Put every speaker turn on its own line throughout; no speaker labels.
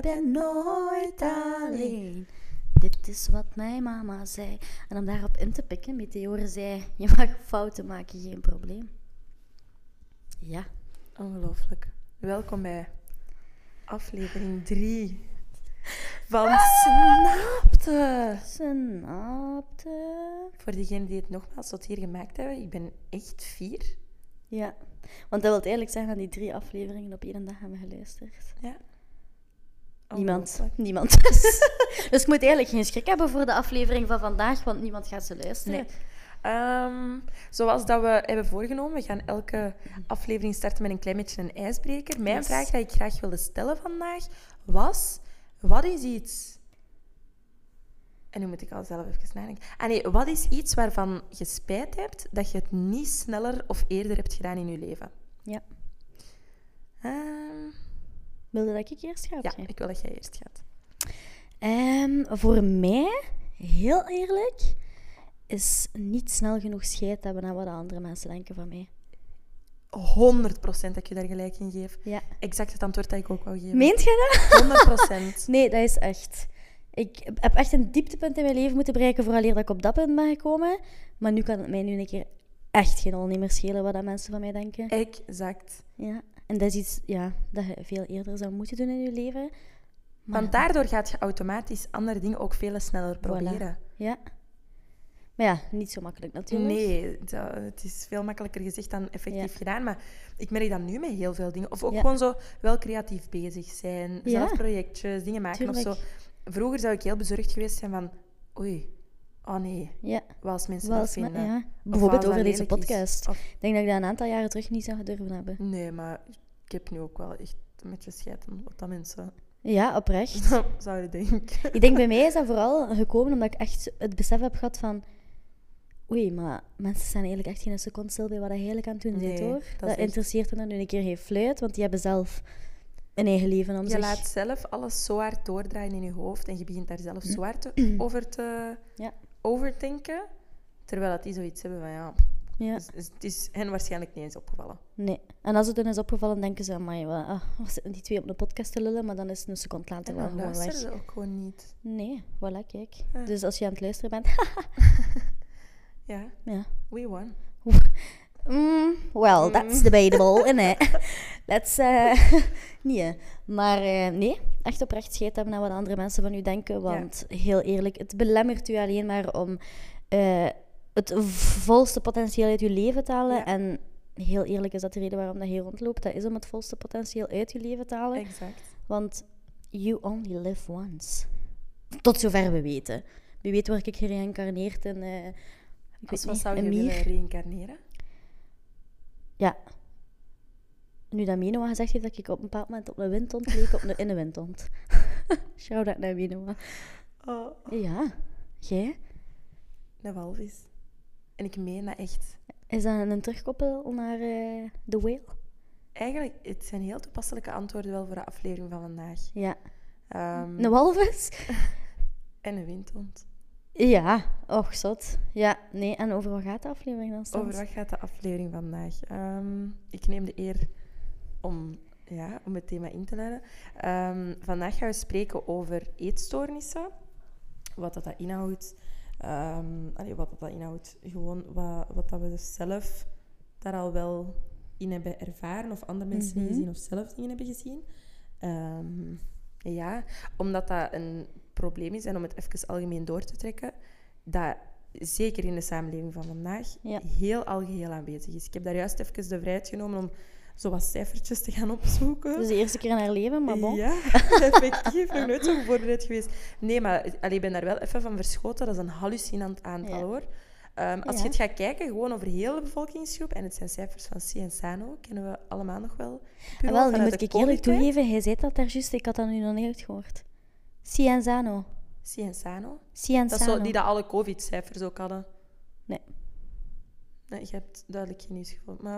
bent nooit alleen. Dit is wat mijn mama zei. En om daarop in te pikken, Meteor zei, je mag fouten maken, geen probleem. Ja.
Ongelooflijk. Welkom bij aflevering 3 van Snapte. Voor diegenen die het nogmaals tot hier gemaakt hebben, ik ben echt 4.
Ja, want dat wil eigenlijk zeggen dat die 3 afleveringen op 1 dag hebben geluisterd.
Ja.
Niemand. Dus ik moet eigenlijk geen schrik hebben voor de aflevering van vandaag, want niemand gaat ze luisteren.
Nee. Zoals dat we hebben voorgenomen, we gaan elke aflevering starten met een klein beetje een ijsbreker. Mijn vraag die ik graag wilde stellen vandaag was, wat is iets... En nu moet ik al zelf even nadenken. Wat is iets waarvan je spijt hebt dat je het niet sneller of eerder hebt gedaan in je leven?
Ja. Wilde dat ik eerst ga?
Ja, ik wil dat jij eerst gaat.
Voor mij, heel eerlijk, is niet snel genoeg scheid hebben aan wat andere mensen denken van mij.
100% dat ik je daar gelijk in geef.
Ja.
Exact het antwoord dat ik ook wou geven.
Meent je dat?
100%.
Nee, dat is echt... Ik heb echt een dieptepunt in mijn leven moeten bereiken vooraleer dat ik op dat punt ben gekomen. Maar nu kan het mij nu een keer echt geen hol niet meer schelen wat dat mensen van mij denken.
Exact.
Ja. En dat is iets dat je veel eerder zou moeten doen in je leven. Maar...
Want daardoor gaat je automatisch andere dingen ook veel sneller proberen.
Voilà. Ja. Maar ja, niet zo makkelijk natuurlijk.
Nee, het is veel makkelijker gezegd dan effectief gedaan. Maar ik merk dat nu met heel veel dingen. Of ook
Ja.
gewoon zo wel creatief bezig zijn. Zelf projectjes, dingen maken
Tuurlijk.
of zo. Vroeger zou ik heel bezorgd geweest zijn van... Oei, oh nee.
Ja.
Wat als mensen dat vinden?
Ja.
Of
Bijvoorbeeld
wat
over
dat
deze
lelijk is.
podcast.
Of...
Ik denk dat ik dat een aantal jaren terug niet zou durven hebben.
Nee, maar ik heb nu ook wel echt een beetje scheid aan wat dat mensen
Ja, oprecht.
zouden denken.
Ik denk bij mij is dat vooral gekomen omdat ik echt het besef heb gehad van... Oei, maar mensen zijn eigenlijk echt geen seconde stil bij wat je eigenlijk aan het doen bent, hoor. Dat
echt...
interesseert hen nu een keer geen fluit, want die hebben zelf een eigen leven om
je
zich.
laat zelf alles zo hard doordraaien in je hoofd en je begint daar zelf zo hard over te overdenken, terwijl dat die zoiets hebben van
Ja.
Dus het is hen waarschijnlijk niet eens opgevallen.
Nee. En als het hen is opgevallen, denken ze, amai, wat zitten die 2 op de podcast te lullen, maar dan is het een seconde later
En
wel
dan
gewoon weg.
luisteren ze ook gewoon niet.
Nee, voilà, kijk.
Ja.
Dus als je aan het luisteren bent...
Ja,
ja.
we won.
Well, that's debatable, innit? That's... nee. Maar nee, echt oprecht scheid hebben aan wat andere mensen van u denken. Want heel eerlijk, het belemmert u alleen maar om het volste potentieel uit uw leven te halen.
Ja.
En heel eerlijk is dat de reden waarom dat je rondloopt. Dat is om het volste potentieel uit je leven te halen.
Exact.
Want you only live once. Tot zover we weten. Wie weet word ik gereïncarneerd in...
Wat zou je willen reïncarneren?
Ja. Nu dat Minoa gezegd heeft dat ik op een bepaald moment op een windhond leek, in een windhond. Shout-out naar Minoa.
Oh.
Ja. Jij?
Een walvis. En ik meen dat echt.
Is dat een terugkoppel naar The Whale?
Eigenlijk, het zijn heel toepasselijke antwoorden wel voor de aflevering van vandaag.
Ja. Een walvis?
En een windhond.
Ja. Och, zot. Ja, nee. En over wat gaat de aflevering dan straks?
Over wat gaat de aflevering vandaag? Ik neem de eer om het thema in te luiden. Vandaag gaan we spreken over eetstoornissen. Wat dat inhoudt. Wat dat inhoudt. Gewoon wat dat we zelf daar al wel in hebben ervaren. Of andere mensen gezien of zelf dingen hebben gezien. Omdat dat een probleem is. En om het even algemeen door te trekken. Dat zeker in de samenleving van vandaag heel algeheel aanwezig is. Ik heb daar juist even de vrijheid genomen om zo wat cijfertjes te gaan opzoeken.
Dus de eerste keer in haar leven, maar bon.
Ja, effectief. Nog nooit zo voorbereid geweest. Nee, maar ik ben daar wel even van verschoten. Dat is een hallucinant aantal, hoor. Als je het gaat kijken, gewoon over heel de bevolkingsgroep, en het zijn cijfers van Cienzano, kennen we allemaal nog wel.
Wel, nu moet ik eerlijk toegeven, hij zei dat daar juist, ik had dat nu nog niet uitgehoord. Cienzano. Dat is zo die dat alle COVID-cijfers ook hadden. Nee.
Nee, je hebt duidelijk geen nieuws gevonden, maar...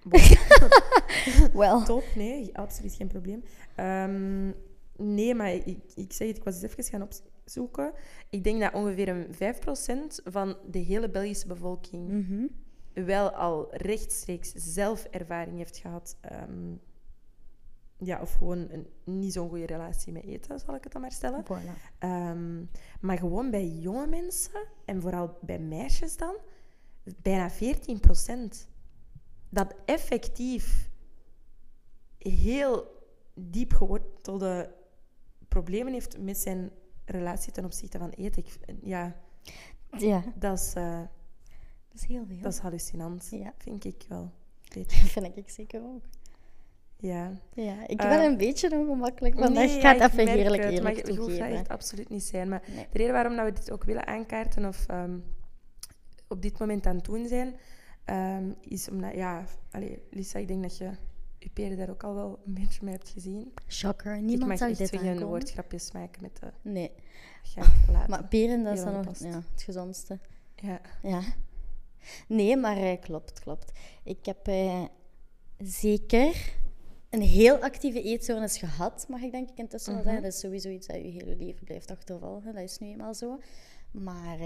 Well.
Top, nee, absoluut geen probleem. Nee, maar ik zeg het, ik was eens even gaan opzoeken. Ik denk dat ongeveer een 5% van de hele Belgische bevolking wel al rechtstreeks zelf ervaring heeft gehad of gewoon een niet zo'n goede relatie met eten, zal ik het dan maar stellen.
Voilà.
Maar gewoon bij jonge mensen, en vooral bij meisjes dan, bijna 14%. Dat effectief heel diep gewortelde problemen heeft met zijn relatie ten opzichte van eten.
Ja,
dat is
heel veel.
Dat is hallucinant, vind ik wel.
Dat vind ik zeker ook.
Ja.
Ik ben een beetje ongemakkelijk vandaag. Ik ga het even heerlijk eerlijk toegeven.
Maar je hoeft dat echt absoluut niet zijn. Maar
nee.
De reden waarom we dit ook willen aankaarten of op dit moment aan het doen zijn, is omdat, Lisa, ik denk dat je peren daar ook al wel een beetje mee hebt gezien.
Shocker, niemand zag dit aankomen.
Ik mag echt geen woordgrapjes maken met de...
Nee.
Ga ik laten.
Maar peren, dat is dan nog het gezondste. Ja. Nee, maar klopt. Ik heb zeker een heel actieve eetstoornis gehad, mag ik denk ik intussen wel zeggen. Dat is sowieso iets dat je hele leven blijft achtervolgen. Dat is nu eenmaal zo. Maar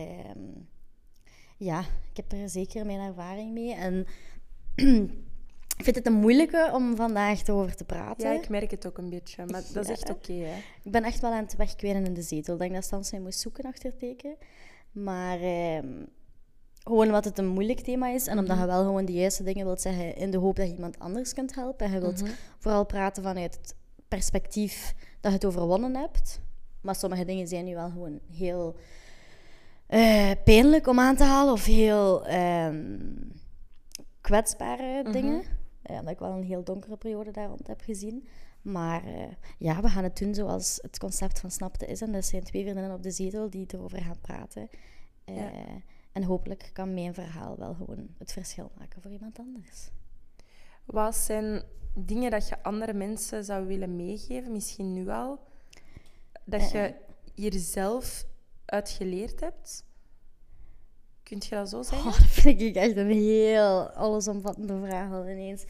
ik heb er zeker mijn ervaring mee. En ik vind het een moeilijke om vandaag erover te praten.
Ja, ik merk het ook een beetje. Maar dat is echt oké, hè?
Ik ben echt wel aan het wegkwijnen in de zetel. Ik denk dat Stans mij moest zoeken achter het teken. Maar gewoon omdat het een moeilijk thema is en omdat je wel gewoon de juiste dingen wilt zeggen in de hoop dat je iemand anders kunt helpen. En je wilt vooral praten vanuit het perspectief dat je het overwonnen hebt. Maar sommige dingen zijn nu wel gewoon heel pijnlijk om aan te halen of heel kwetsbare dingen. Omdat ik wel een heel donkere periode daar rond heb gezien. Maar we gaan het doen zoals het concept van Snapte is. En dat zijn 2 vriendinnen op de zetel die erover gaan praten. En hopelijk kan mijn verhaal wel gewoon het verschil maken voor iemand anders.
Wat zijn dingen dat je andere mensen zou willen meegeven, misschien nu al, dat je hier zelf uit geleerd hebt? Kunt je dat zo zeggen?
Dat vind ik echt een heel allesomvattende vraag al ineens.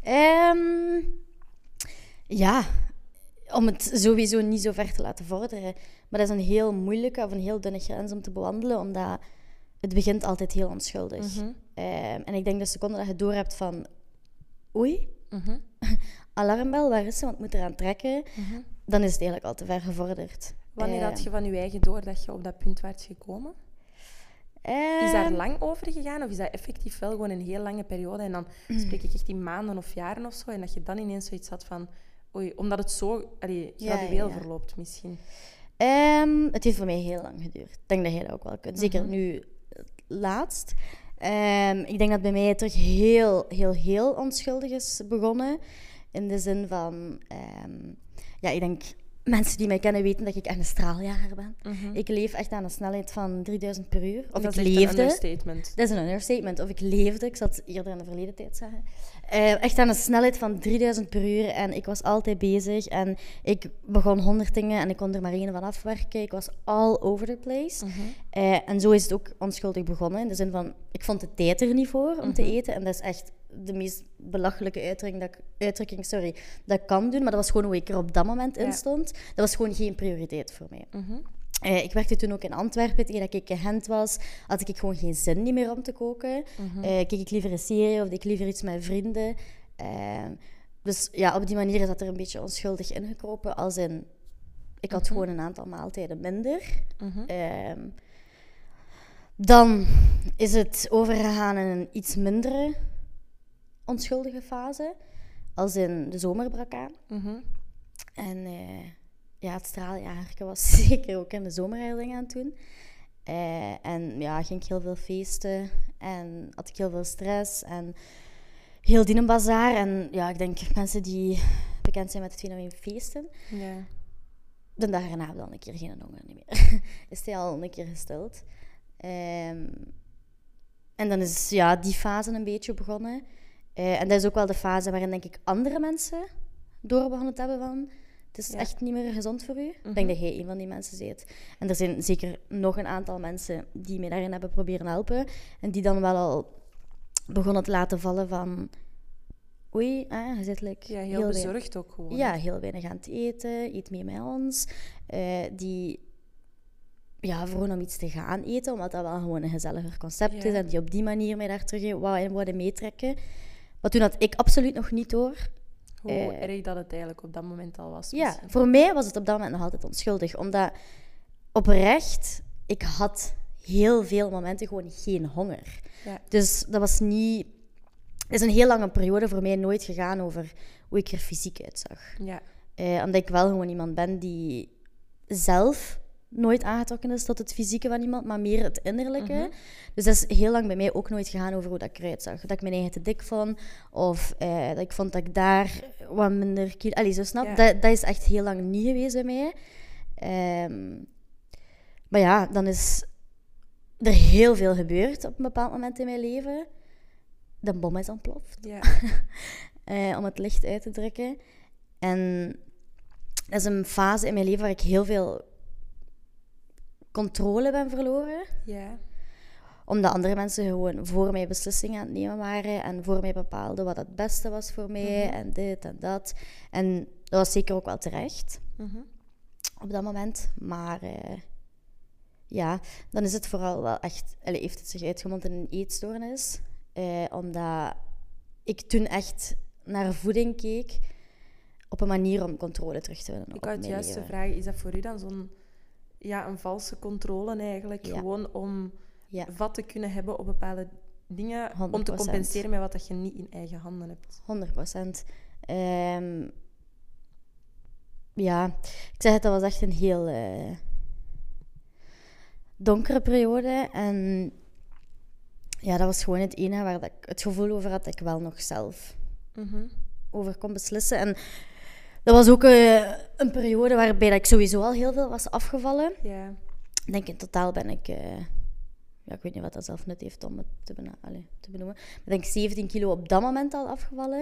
Om het sowieso niet zo ver te laten vorderen. Maar dat is een heel moeilijke of een heel dunne grens om te bewandelen, omdat het begint altijd heel onschuldig. En ik denk de seconde dat je door hebt van oei, alarmbel, waar is ze? Want ik moet eraan trekken. Dan is het eigenlijk al te ver gevorderd.
Wanneer had je van je eigen door dat je op dat punt werd gekomen? Is daar lang over gegaan? Of is dat effectief wel gewoon een heel lange periode? En dan spreek ik echt in maanden of jaren of zo. En dat je dan ineens zoiets had van oei, omdat het zo gradueel verloopt misschien.
Het heeft voor mij heel lang geduurd. Ik denk dat jij dat ook wel kunt. Zeker nu laatst. Ik denk dat bij mij het terug heel onschuldig is begonnen. In de zin van... ik denk... Mensen die mij kennen weten dat ik echt een straaljager ben. Ik leef echt aan een snelheid van 3000 per uur. Of
dat
ik
is
leefde.
Een understatement.
Dat is een understatement. Of ik leefde. Ik zat eerder in de verleden tijd zeggen. Echt aan een snelheid van 3000 per uur. En ik was altijd bezig. En ik begon 100 dingen en ik kon er maar 1 van afwerken. Ik was all over the place. En zo is het ook onschuldig begonnen. In de zin van, ik vond de tijd er niet voor om te eten. En dat is echt de meest belachelijke uitdrukking dat ik kan doen. Maar dat was gewoon hoe ik er op dat moment in stond. Dat was gewoon geen prioriteit voor mij. Ik werkte toen ook in Antwerpen. Tegen dat ik geënt was, had ik gewoon geen zin meer om te koken. Keek ik liever een serie of deed ik liever iets met vrienden. Dus op die manier is dat er een beetje onschuldig ingekropen. Als in, ik had gewoon een aantal maaltijden minder. Dan is het overgegaan in een iets mindere onschuldige fase. Als in de zomer brak aan. En het straaljagerke was zeker ook in de zomerheiling aan het doen. Ging ik heel veel feesten. En had ik heel veel stress. En heel dienenbazaar. En ik denk mensen die bekend zijn met het fenomeen feesten. De dag erna hebben we al een keer geen honger meer. Is hij al een keer gesteld. En dan is die fase een beetje begonnen. En dat is ook wel de fase waarin, denk ik, andere mensen door begonnen te hebben van... Het is echt niet meer gezond voor u. Ik denk dat jij een van die mensen bent. En er zijn zeker nog een aantal mensen die mij daarin hebben proberen helpen. En die dan wel al begonnen te laten vallen van... Oei, je zit
heel bezorgd ook gewoon.
Ja, heel weinig aan het eten. Eet mee met ons. Die... gewoon om iets te gaan eten, omdat dat wel gewoon een gezelliger concept is. En die op die manier mij daar terug in wouden meetrekken. Maar toen had ik absoluut nog niet door
Hoe erg dat het eigenlijk op dat moment al was.
Ja,
misschien.
voor mij was het op dat moment nog altijd onschuldig. Omdat oprecht, ik had heel veel momenten gewoon geen honger.
Ja.
Dus dat was niet... Het is een heel lange periode voor mij nooit gegaan over hoe ik er fysiek uitzag.
Ja.
Omdat ik wel gewoon iemand ben die zelf nooit aangetrokken is tot het fysieke van iemand, maar meer het innerlijke. Dus dat is heel lang bij mij ook nooit gegaan over hoe dat ik eruit zag. Dat ik mijn eigen te dik vond, of dat ik vond dat ik daar wat minder kilo... Allee, zo snap.
Ja.
Dat is echt heel lang niet geweest bij mij. Maar ja, dan is er heel veel gebeurd op een bepaald moment in mijn leven. De bom is ontploft.
Ja.
Om het licht uit te drukken. En dat is een fase in mijn leven waar ik heel veel controle ben verloren.
Ja.
Omdat andere mensen gewoon voor mij beslissingen aan het nemen waren en voor mij bepaalden wat het beste was voor mij en dit en dat. En dat was zeker ook wel terecht op dat moment. Maar ja, dan is het vooral wel echt... heeft het zich uitgemond in een eetstoornis. Omdat ik toen echt naar voeding keek op een manier om controle terug te winnen.
Ik wou het juist vragen, is dat voor u dan zo'n een valse controle eigenlijk?
Ja.
Gewoon om
Ja.
vat te kunnen hebben op bepaalde dingen,
100%.
om te compenseren met wat dat je niet in eigen handen hebt.
100%. Ja, ik zeg het, dat was echt een heel donkere periode. En ja, dat was gewoon het enige waar dat ik het gevoel over had dat ik wel nog zelf over kon beslissen. En dat was ook een periode waarbij dat ik sowieso al heel veel was afgevallen.
Ja.
Ik denk in totaal ben ik... ik weet niet wat dat zelf nut heeft om het te benoemen. Ik denk 17 kilo op dat moment al afgevallen.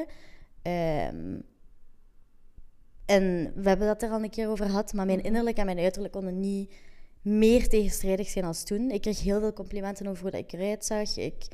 En we hebben dat er al een keer over gehad, maar mijn innerlijk en mijn uiterlijk konden niet meer tegenstrijdig zijn als toen. Ik kreeg heel veel complimenten over hoe dat ik eruit zag.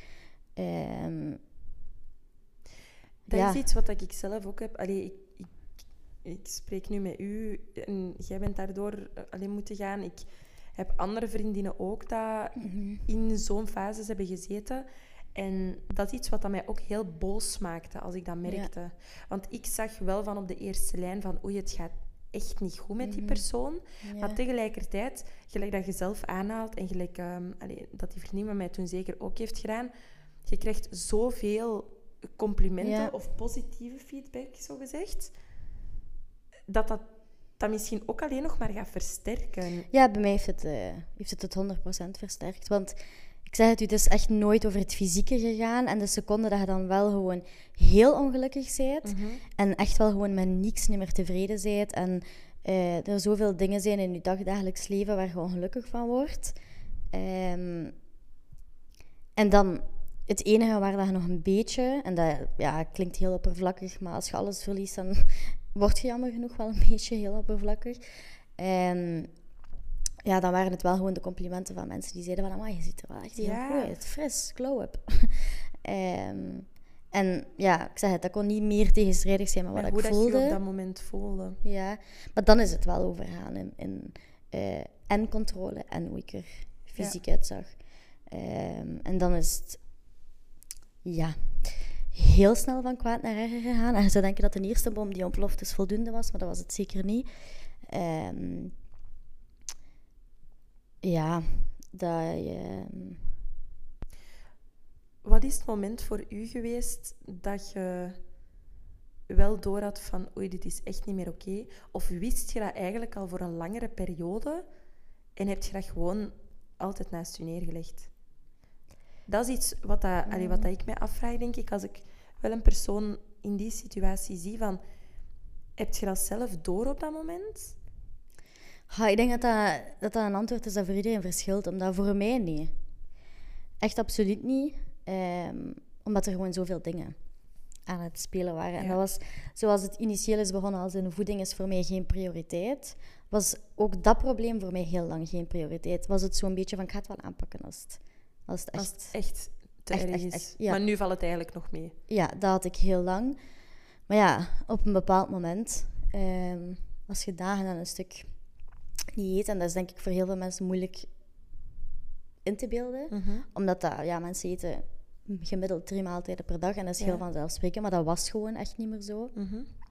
Dat is iets wat ik zelf ook heb. Ik spreek nu met u en jij bent daardoor alleen moeten gaan. Ik heb andere vriendinnen ook dat in zo'n fases hebben gezeten. En dat is iets wat mij ook heel boos maakte als ik dat merkte. Ja. Want ik zag wel van op de eerste lijn van oei, het gaat echt niet goed met die persoon. Ja. Maar tegelijkertijd, gelijk dat je zelf aanhaalt en gelijk dat die vriendin van mij toen zeker ook heeft gedaan, je krijgt zoveel complimenten of positieve feedback, zogezegd, dat misschien ook alleen nog maar gaat versterken.
Ja, bij mij heeft het 100% versterkt. Want ik zeg het is echt nooit over het fysieke gegaan. En de seconde dat je dan wel gewoon heel ongelukkig bent en echt wel gewoon met niks niet meer tevreden bent en er zoveel dingen zijn in je dagdagelijks leven waar je ongelukkig van wordt. En dan het enige waar dat je nog een beetje, en dat klinkt heel oppervlakkig, maar als je alles verliest, dan word je jammer genoeg wel een beetje heel oppervlakkig. Dan waren het wel gewoon de complimenten van mensen die zeiden van, je ziet er wel echt heel goed uit, fris, glow-up. En ja, ik zeg het, dat kon niet meer tegenstrijdig zijn met wat ik voelde.
Hoe dat je op dat moment voelde.
Ja, maar dan is het wel overgaan en controle en hoe ik er fysiek uitzag. En dan is het heel snel van kwaad naar erger gegaan. En je zou denken dat de eerste bom die ontploft is voldoende was, maar dat was het zeker niet.
Wat is het moment voor u geweest dat je wel door had van oei, dit is echt niet meer oké? Of wist je dat eigenlijk al voor een langere periode en heb je dat gewoon altijd naast je neergelegd? Dat is iets wat ik mij afvraag, denk ik, als ik wel een persoon in die situatie zie van, heb je dat zelf door op dat moment?
Ik denk dat een antwoord is dat voor iedereen verschilt, omdat voor mij niet. Echt absoluut niet. Omdat er gewoon zoveel dingen aan het spelen waren. Ja. En dat was, zoals het initieel is begonnen als in voeding is voor mij geen prioriteit, was ook dat probleem voor mij heel lang geen prioriteit. Was het zo'n beetje van, ik ga het wel aanpakken als het
echt te erg is. Echt, ja. Maar nu valt het eigenlijk nog mee.
Ja, dat had ik heel lang. Maar ja, op een bepaald moment, als je dagen aan een stuk niet eet, en dat is denk ik voor heel veel mensen moeilijk in te beelden, omdat mensen eten gemiddeld 3 maaltijden per dag en dat is heel vanzelfsprekend, maar dat was gewoon echt niet meer zo.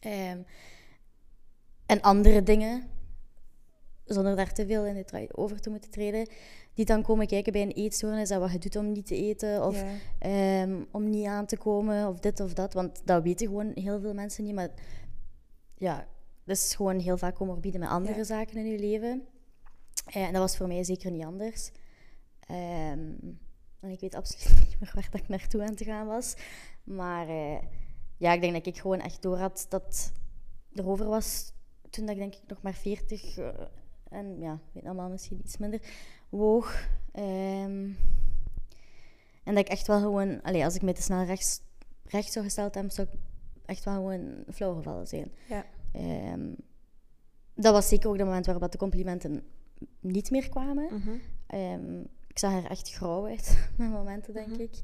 En andere dingen, zonder daar te veel in detail over te moeten treden, die dan komen kijken bij een eetstoornis en wat je doet om niet te eten of om niet aan te komen of dit of dat. Want dat weten gewoon heel veel mensen niet. Maar ja, dat is gewoon heel vaak comorbide met andere zaken in je leven. En dat was voor mij zeker niet anders. En ik weet absoluut niet meer waar dat ik naartoe aan te gaan was. Maar ik denk dat ik gewoon echt door had dat erover was toen dat ik denk ik nog maar 40 en ja, weet normaal misschien iets minder woog. En dat ik echt wel gewoon, als ik me te snel recht zou gesteld hebben, zou ik echt wel gewoon flauw gevallen zijn. Ja. Dat was zeker ook het moment waarop de complimenten niet meer kwamen. Mm-hmm. Ik zag er echt grauw uit met momenten, denk ik.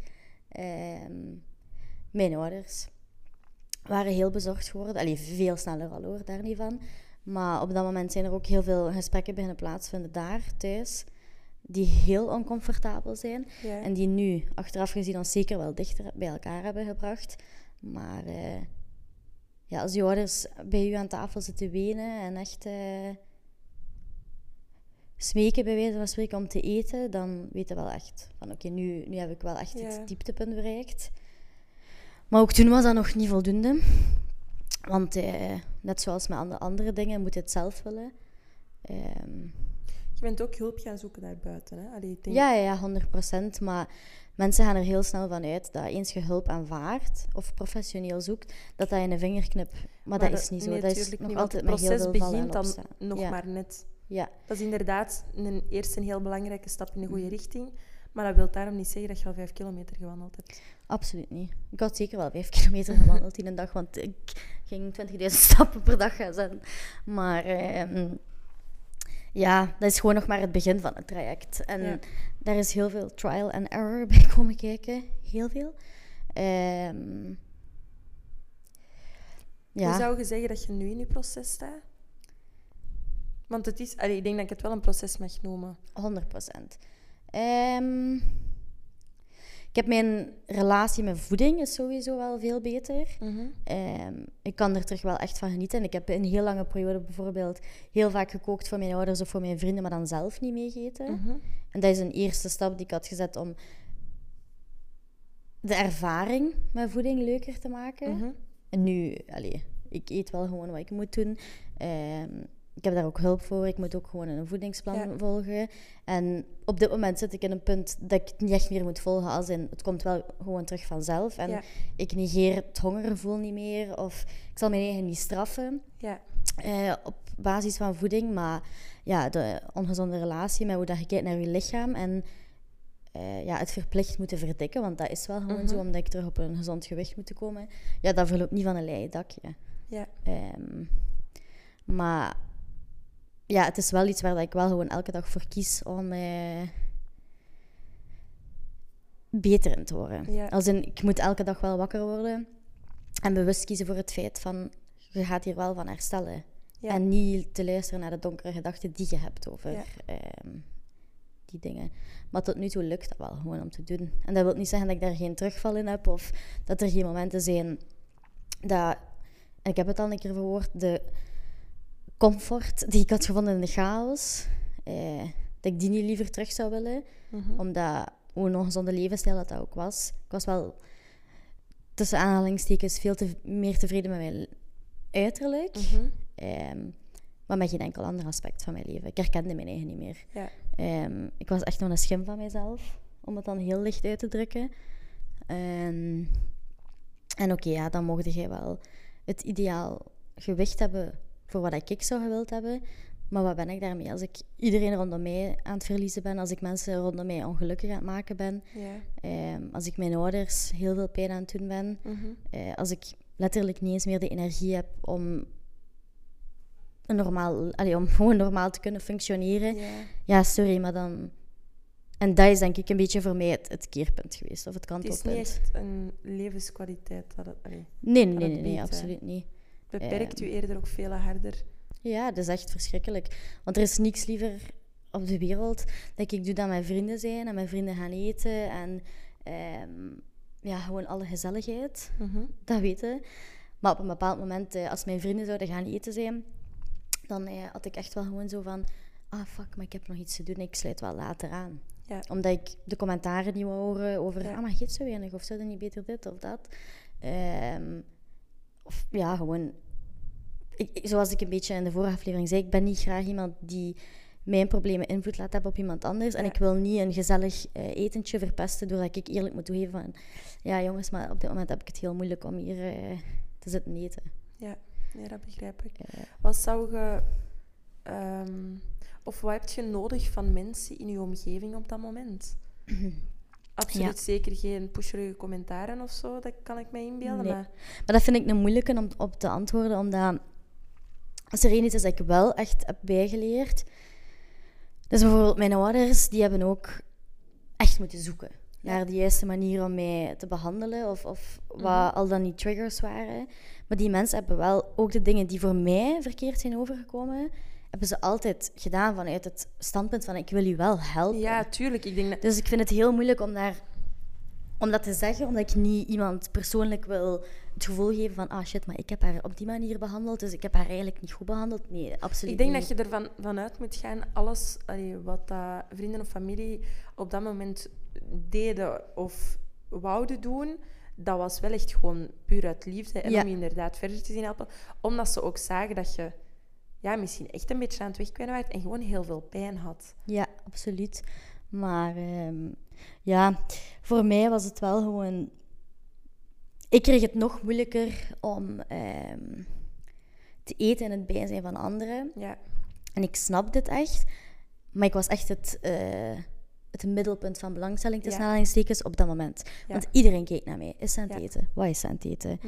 Mijn ouders waren heel bezorgd geworden. Veel sneller al hoor, daar niet van. Maar op dat moment zijn er ook heel veel gesprekken beginnen plaatsvinden daar, thuis, die heel oncomfortabel zijn. Ja. En die nu, achteraf gezien, ons zeker wel dichter bij elkaar hebben gebracht. Maar als je ouders bij u aan tafel zitten wenen en echt smeken bij wijze van spreken om te eten, dan weet je wel echt van oké, nu heb ik wel echt het dieptepunt bereikt. Maar ook toen was dat nog niet voldoende. Want net zoals met andere dingen, moet je het zelf willen.
Je bent ook hulp gaan zoeken daarbuiten, hè?
Ja, 100%. Maar mensen gaan er heel snel van uit dat eens je hulp aanvaardt of professioneel zoekt, dat in een vingerknip. Maar dat is niet zo.
Nee,
dat is nog
niet,
altijd
het proces
met heel veel
begint dan nog maar net. Ja. Dat is inderdaad eerst een heel belangrijke stap in de goede richting. Maar dat wil daarom niet zeggen dat je al 5 kilometer gewandeld hebt.
Absoluut niet. Ik had zeker wel 5 kilometer gewandeld in een dag, want ik ging 20.000 stappen per dag gaan zetten. Maar dat is gewoon nog maar het begin van het traject. En daar is heel veel trial and error bij komen kijken. Heel veel.
Hoe zou je zeggen dat je nu in je proces staat? Want het is, ik denk dat ik het wel een proces mag noemen.
100%. Ik heb mijn relatie met voeding is sowieso wel veel beter. Mm-hmm. Ik kan er terug wel echt van genieten. Ik heb een heel lange periode bijvoorbeeld heel vaak gekookt voor mijn ouders of voor mijn vrienden, maar dan zelf niet meegeten. Mm-hmm. En dat is een eerste stap die ik had gezet om de ervaring met voeding leuker te maken. Mm-hmm. En nu, ik eet wel gewoon wat ik moet doen. Ik heb daar ook hulp voor. Ik moet ook gewoon een voedingsplan volgen. En op dit moment zit ik in een punt dat ik het niet echt meer moet volgen. Als in, het komt wel gewoon terug vanzelf. En ik negeer het hongergevoel niet meer. Of ik zal mijn eigen niet straffen. Ja. Op basis van voeding. Maar de ongezonde relatie met hoe dat je kijkt naar je lichaam. En het verplicht moeten verdikken. Want dat is wel gewoon zo, omdat ik terug op een gezond gewicht moet komen. Ja, dat verloopt niet van een leien dakje. Ja. Maar het is wel iets waar ik wel gewoon elke dag voor kies om beter in te worden. Ja. Als in, ik moet elke dag wel wakker worden en bewust kiezen voor het feit van, je gaat hier wel van herstellen. Ja. En niet te luisteren naar de donkere gedachten die je hebt over die dingen. Maar tot nu toe lukt dat wel gewoon om te doen. En dat wil niet zeggen dat ik daar geen terugval in heb of dat er geen momenten zijn dat, en ik heb het al een keer verwoord, de comfort die ik had gevonden in de chaos, dat ik die niet liever terug zou willen. Mm-hmm. Omdat hoe een ongezonde levensstijl dat ook was. Ik was wel, tussen aanhalingstekens, veel meer tevreden met mijn uiterlijk. Mm-hmm. Maar met geen enkel ander aspect van mijn leven. Ik herkende mijn eigen niet meer. Ja. Ik was echt nog een schim van mezelf, om het dan heel licht uit te drukken. En oké, dan mocht jij wel het ideaal gewicht hebben voor wat ik zou gewild hebben. Maar wat ben ik daarmee? Als ik iedereen rondom mij aan het verliezen ben, als ik mensen rondom mij ongelukkig aan het maken ben, als ik mijn ouders heel veel pijn aan het doen ben, als ik letterlijk niet eens meer de energie heb om om gewoon normaal te kunnen functioneren. Ja, sorry, maar dan... En dat is denk ik een beetje voor mij het keerpunt geweest, of het kantelpunt.
Het is niet echt een levenskwaliteit dat het...
Nee, absoluut niet.
Het beperkt u eerder ook veel harder.
Ja, dat is echt verschrikkelijk. Want er is niks liever op de wereld dat ik doe dan met vrienden zijn en met vrienden gaan eten en gewoon alle gezelligheid. Mm-hmm. Dat weten. Maar op een bepaald moment, als mijn vrienden zouden gaan eten zijn, dan had ik echt wel gewoon zo van... Ah, fuck, maar ik heb nog iets te doen. Ik sluit wel later aan.
Ja.
Omdat ik de commentaren niet wou horen over...
Ja.
Ah, maar geeft zo weinig. Of zou je niet beter dit of dat? Of ja, gewoon... Zoals ik een beetje in de vorige aflevering zei, ik ben niet graag iemand die mijn problemen invloed laat hebben op iemand anders. En ik wil niet een gezellig etentje verpesten doordat ik eerlijk moet toegeven van... Ja, jongens, maar op dit moment heb ik het heel moeilijk om hier te zitten eten.
Ja, nee, dat begrijp ik. Wat zou je... of wat heb je nodig van mensen in je omgeving op dat moment? Absoluut zeker geen pusherige commentaren of zo, dat kan ik me inbeelden.
Nee. Maar dat vind ik een moeilijke om op te antwoorden, omdat als er één iets is dat ik wel echt heb bijgeleerd, dus bijvoorbeeld mijn ouders, die hebben ook echt moeten zoeken naar de juiste manier om mij te behandelen of wat al dan niet triggers waren. Maar die mensen hebben wel ook de dingen die voor mij verkeerd zijn overgekomen, hebben ze altijd gedaan vanuit het standpunt van ik wil u wel helpen.
Ja, tuurlijk. Ik denk dat...
Dus ik vind het heel moeilijk om dat te zeggen, omdat ik niet iemand persoonlijk wil het gevoel geven van ah shit, maar ik heb haar op die manier behandeld, dus ik heb haar eigenlijk niet goed behandeld. Nee, absoluut
Ik denk
niet.
dat je ervan vanuit moet gaan, alles wat dat vrienden of familie op dat moment deden of wouden doen, dat was wel echt gewoon puur uit liefde en om je inderdaad verder te zien helpen. Omdat ze ook zagen dat je misschien echt een beetje aan het wegkwijnen werd en gewoon heel veel pijn had.
Ja, absoluut. Maar voor mij was het wel gewoon... Ik kreeg het nog moeilijker om te eten in het bijzijn van anderen.
Ja.
En ik snap dit echt. Maar ik was echt het middelpunt van belangstelling tussen aanhalingstekens op dat moment.
Ja.
Want iedereen keek naar mij. Is ze aan het eten? Wat is ze aan het eten?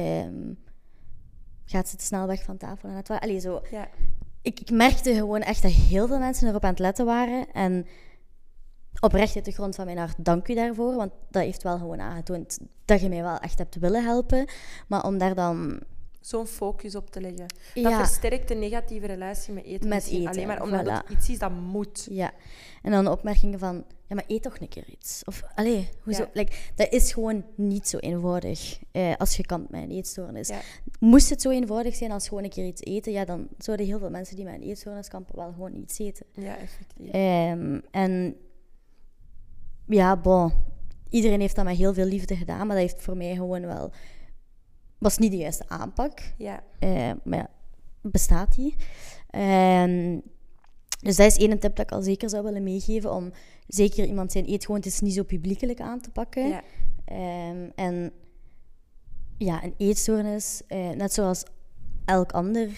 Gaat ze te snel weg van tafel? En het zo.
Ja.
Ik merkte gewoon echt dat heel veel mensen erop aan het letten waren. En oprecht uit de grond van mijn hart, dank u daarvoor. Want dat heeft wel gewoon aangetoond dat je mij wel echt hebt willen helpen. Maar om daar dan...
Zo'n focus op te leggen. Dat versterkt de negatieve relatie met eten.
Met eten,
alleen maar omdat het
voilà.
iets is dat moet.
Ja. En dan de opmerkingen van... Ja, maar eet toch een keer iets. Of, hoezo?
Ja.
Dat is gewoon niet zo eenvoudig als je kampt met een eetstoornis.
Ja.
Moest het zo eenvoudig zijn als gewoon een keer iets eten, ja, dan zouden heel veel mensen die met een eetstoornis kampen wel gewoon iets eten.
Ja, effectief.
En ja, bon. Iedereen heeft dat met heel veel liefde gedaan, maar dat heeft voor mij gewoon wel... Was niet de juiste aanpak.
Ja.
Maar ja, bestaat die. Dus dat is één tip dat ik al zeker zou willen meegeven, om zeker iemand zijn eetgewoontes niet zo publiekelijk aan te pakken.
Ja.
En ja, een eetstoornis, net zoals elk ander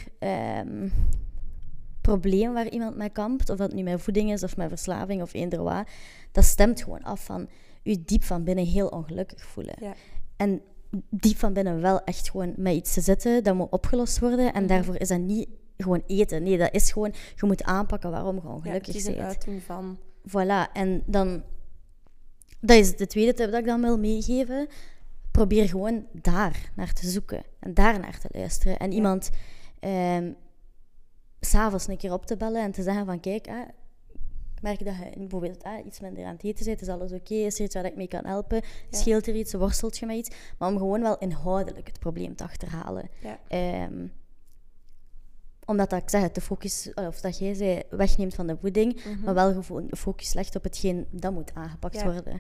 probleem waar iemand mee kampt, of dat nu met voeding is of met verslaving of eender wat, dat stemt gewoon af van je diep van binnen heel ongelukkig voelen.
Ja.
En diep van binnen wel echt gewoon met iets te zitten, dat moet opgelost worden. En daarvoor is dat niet gewoon eten. Nee, dat is gewoon, je moet aanpakken waarom je ongelukkig bent.
Het is een uiting van...
Voilà, en dan... Dat is de tweede tip dat ik dan wil meegeven. Probeer gewoon daar naar te zoeken. En daar naar te luisteren. En iemand 's avonds een keer op te bellen en te zeggen van... Kijk, ik merk dat je bijvoorbeeld iets minder aan het eten bent. Is alles oké? Is er iets waar ik mee kan helpen?
Ja.
Scheelt er iets? Worstelt je met iets? Maar om gewoon wel inhoudelijk het probleem te achterhalen.
Ja.
Omdat dat, ik zeg het, de focus, of dat jij zei, wegneemt van de voeding, maar wel gewoon de focus legt op hetgeen dat moet aangepakt worden.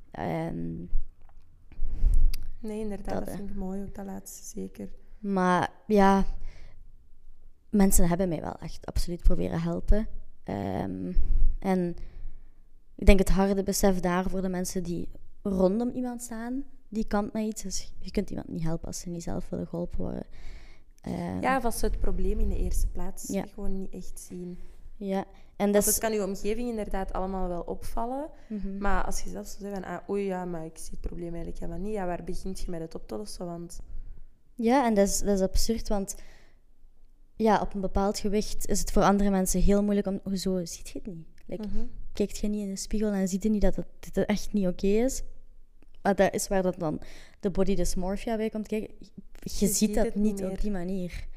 Nee, inderdaad, dat vind ik mooi, ook dat laatste, zeker.
Maar ja, mensen hebben mij wel echt absoluut proberen helpen. En ik denk het harde besef daar voor de mensen die rondom iemand staan, die kampt met iets. Dus je kunt iemand niet helpen als ze niet zelf willen geholpen worden.
Ja, of als ze het probleem in de eerste plaats gewoon niet echt zien.
Ja. En dat
het kan je omgeving inderdaad allemaal wel opvallen. Maar als je zelf zo zegt van, oei ja, maar ik zie het probleem eigenlijk helemaal niet. Ja, waar begint je met het op te lossen? Want...
Ja, en dat is absurd, want ja, op een bepaald gewicht is het voor andere mensen heel moeilijk om... Hoezo ziet je het niet? Kijkt je niet in de spiegel en ziet je niet dat het echt niet oké is? Maar dat is waar dat dan de body dysmorphia bij komt kijken. Je ziet dat niet op die manier.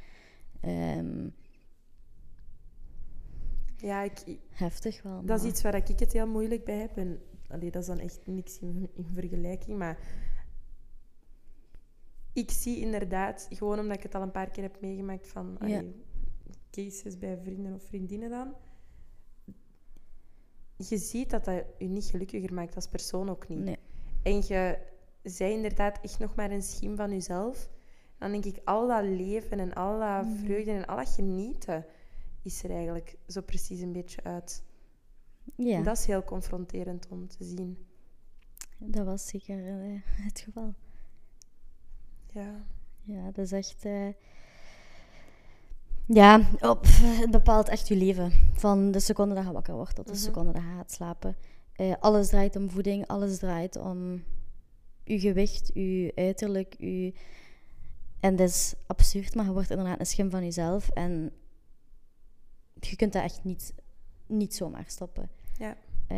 Ja,
heftig wel.
Dat is iets waar ik het heel moeilijk bij heb. En dat is dan echt niks in vergelijking. Maar ik zie inderdaad, gewoon omdat ik het al een paar keer heb meegemaakt van cases bij vrienden of vriendinnen dan. Je ziet dat je niet gelukkiger maakt als persoon ook niet.
Nee.
En je zij inderdaad echt nog maar een schim van jezelf. Dan denk ik, al dat leven en al dat vreugde en al dat genieten is er eigenlijk zo precies een beetje uit.
Ja.
En dat is heel confronterend om te zien.
Dat was zeker het geval.
Ja.
Ja, dat is echt... het bepaalt echt je leven. Van de seconde dat je wakker wordt tot de seconde dat je gaat slapen. Alles draait om voeding, alles draait om je gewicht, je uiterlijk, En dat is absurd, maar je wordt inderdaad een schim van jezelf. En je kunt dat echt niet zomaar stoppen.
Ja.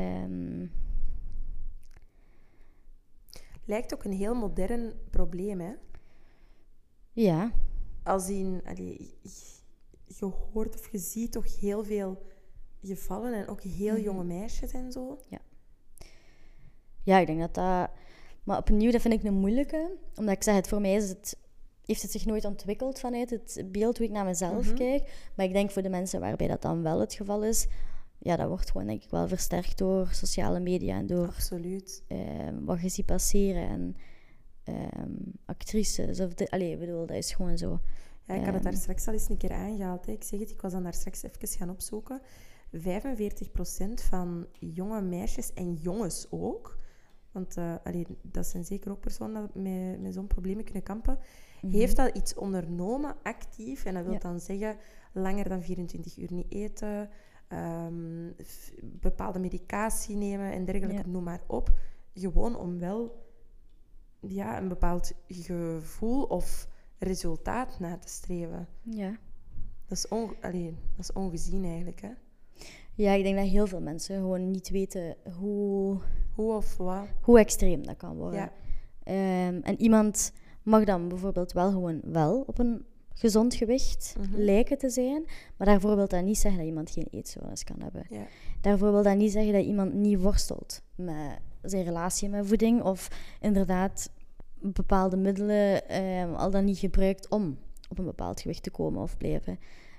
Lijkt ook een heel modern probleem, hè?
Ja.
Als in... je hoort of je ziet toch heel veel gevallen en ook heel jonge meisjes en zo.
Ja, ik denk dat... Maar opnieuw, dat vind ik een moeilijke. Omdat ik zeg, voor mij heeft het zich nooit ontwikkeld vanuit het beeld hoe ik naar mezelf kijk. Maar ik denk voor de mensen waarbij dat dan wel het geval is... Ja, dat wordt gewoon denk ik wel versterkt door sociale media en door...
Absoluut.
Wat je ziet passeren en actrices. Ik bedoel, dat is gewoon zo.
Ja, ik had het daar straks al eens een keer aangehaald. Hè. Ik zeg het, ik was dan daar straks even gaan opzoeken. 45% van jonge meisjes en jongens ook, want dat zijn zeker ook personen die met zo'n problemen kunnen kampen, heeft al iets ondernomen, actief. En dat wil dan zeggen, langer dan 24 uur niet eten, bepaalde medicatie nemen en dergelijke, noem maar op. Gewoon om wel een bepaald gevoel of resultaat na te streven.
Ja.
Dat is ongezien eigenlijk, hè?
Ja, ik denk dat heel veel mensen gewoon niet weten hoe
of wat.
Hoe extreem dat kan worden.
Ja.
En iemand mag dan bijvoorbeeld wel op een gezond gewicht lijken te zijn, maar daarvoor wil dat niet zeggen dat iemand geen eetstoornis kan hebben.
Ja.
Daarvoor wil dat niet zeggen dat iemand niet worstelt met zijn relatie met voeding of inderdaad bepaalde middelen al dan niet gebruikt om op een bepaald gewicht te komen of blijven.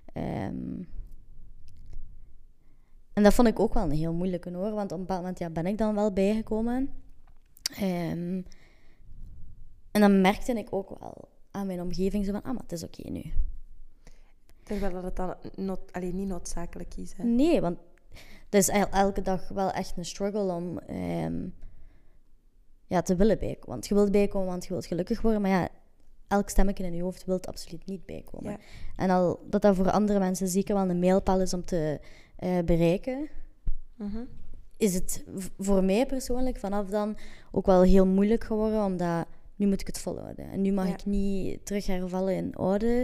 En dat vond ik ook wel een heel moeilijke hoor, want op een bepaald moment ben ik dan wel bijgekomen. En dan merkte ik ook wel aan mijn omgeving zo van, maar het is oké nu.
Terwijl dat dan niet noodzakelijk is. Hè?
Nee, want het is elke dag wel echt een struggle om te willen bijkomen. Want je wilt bijkomen, want je wilt gelukkig worden. Maar ja, elk stemmetje in je hoofd wil absoluut niet bijkomen. Ja. En al dat voor andere mensen zeker wel een mijlpaal is om te bereiken, is het voor mij persoonlijk vanaf dan ook wel heel moeilijk geworden, omdat nu moet ik het volhouden. En nu mag ik niet terug hervallen in oude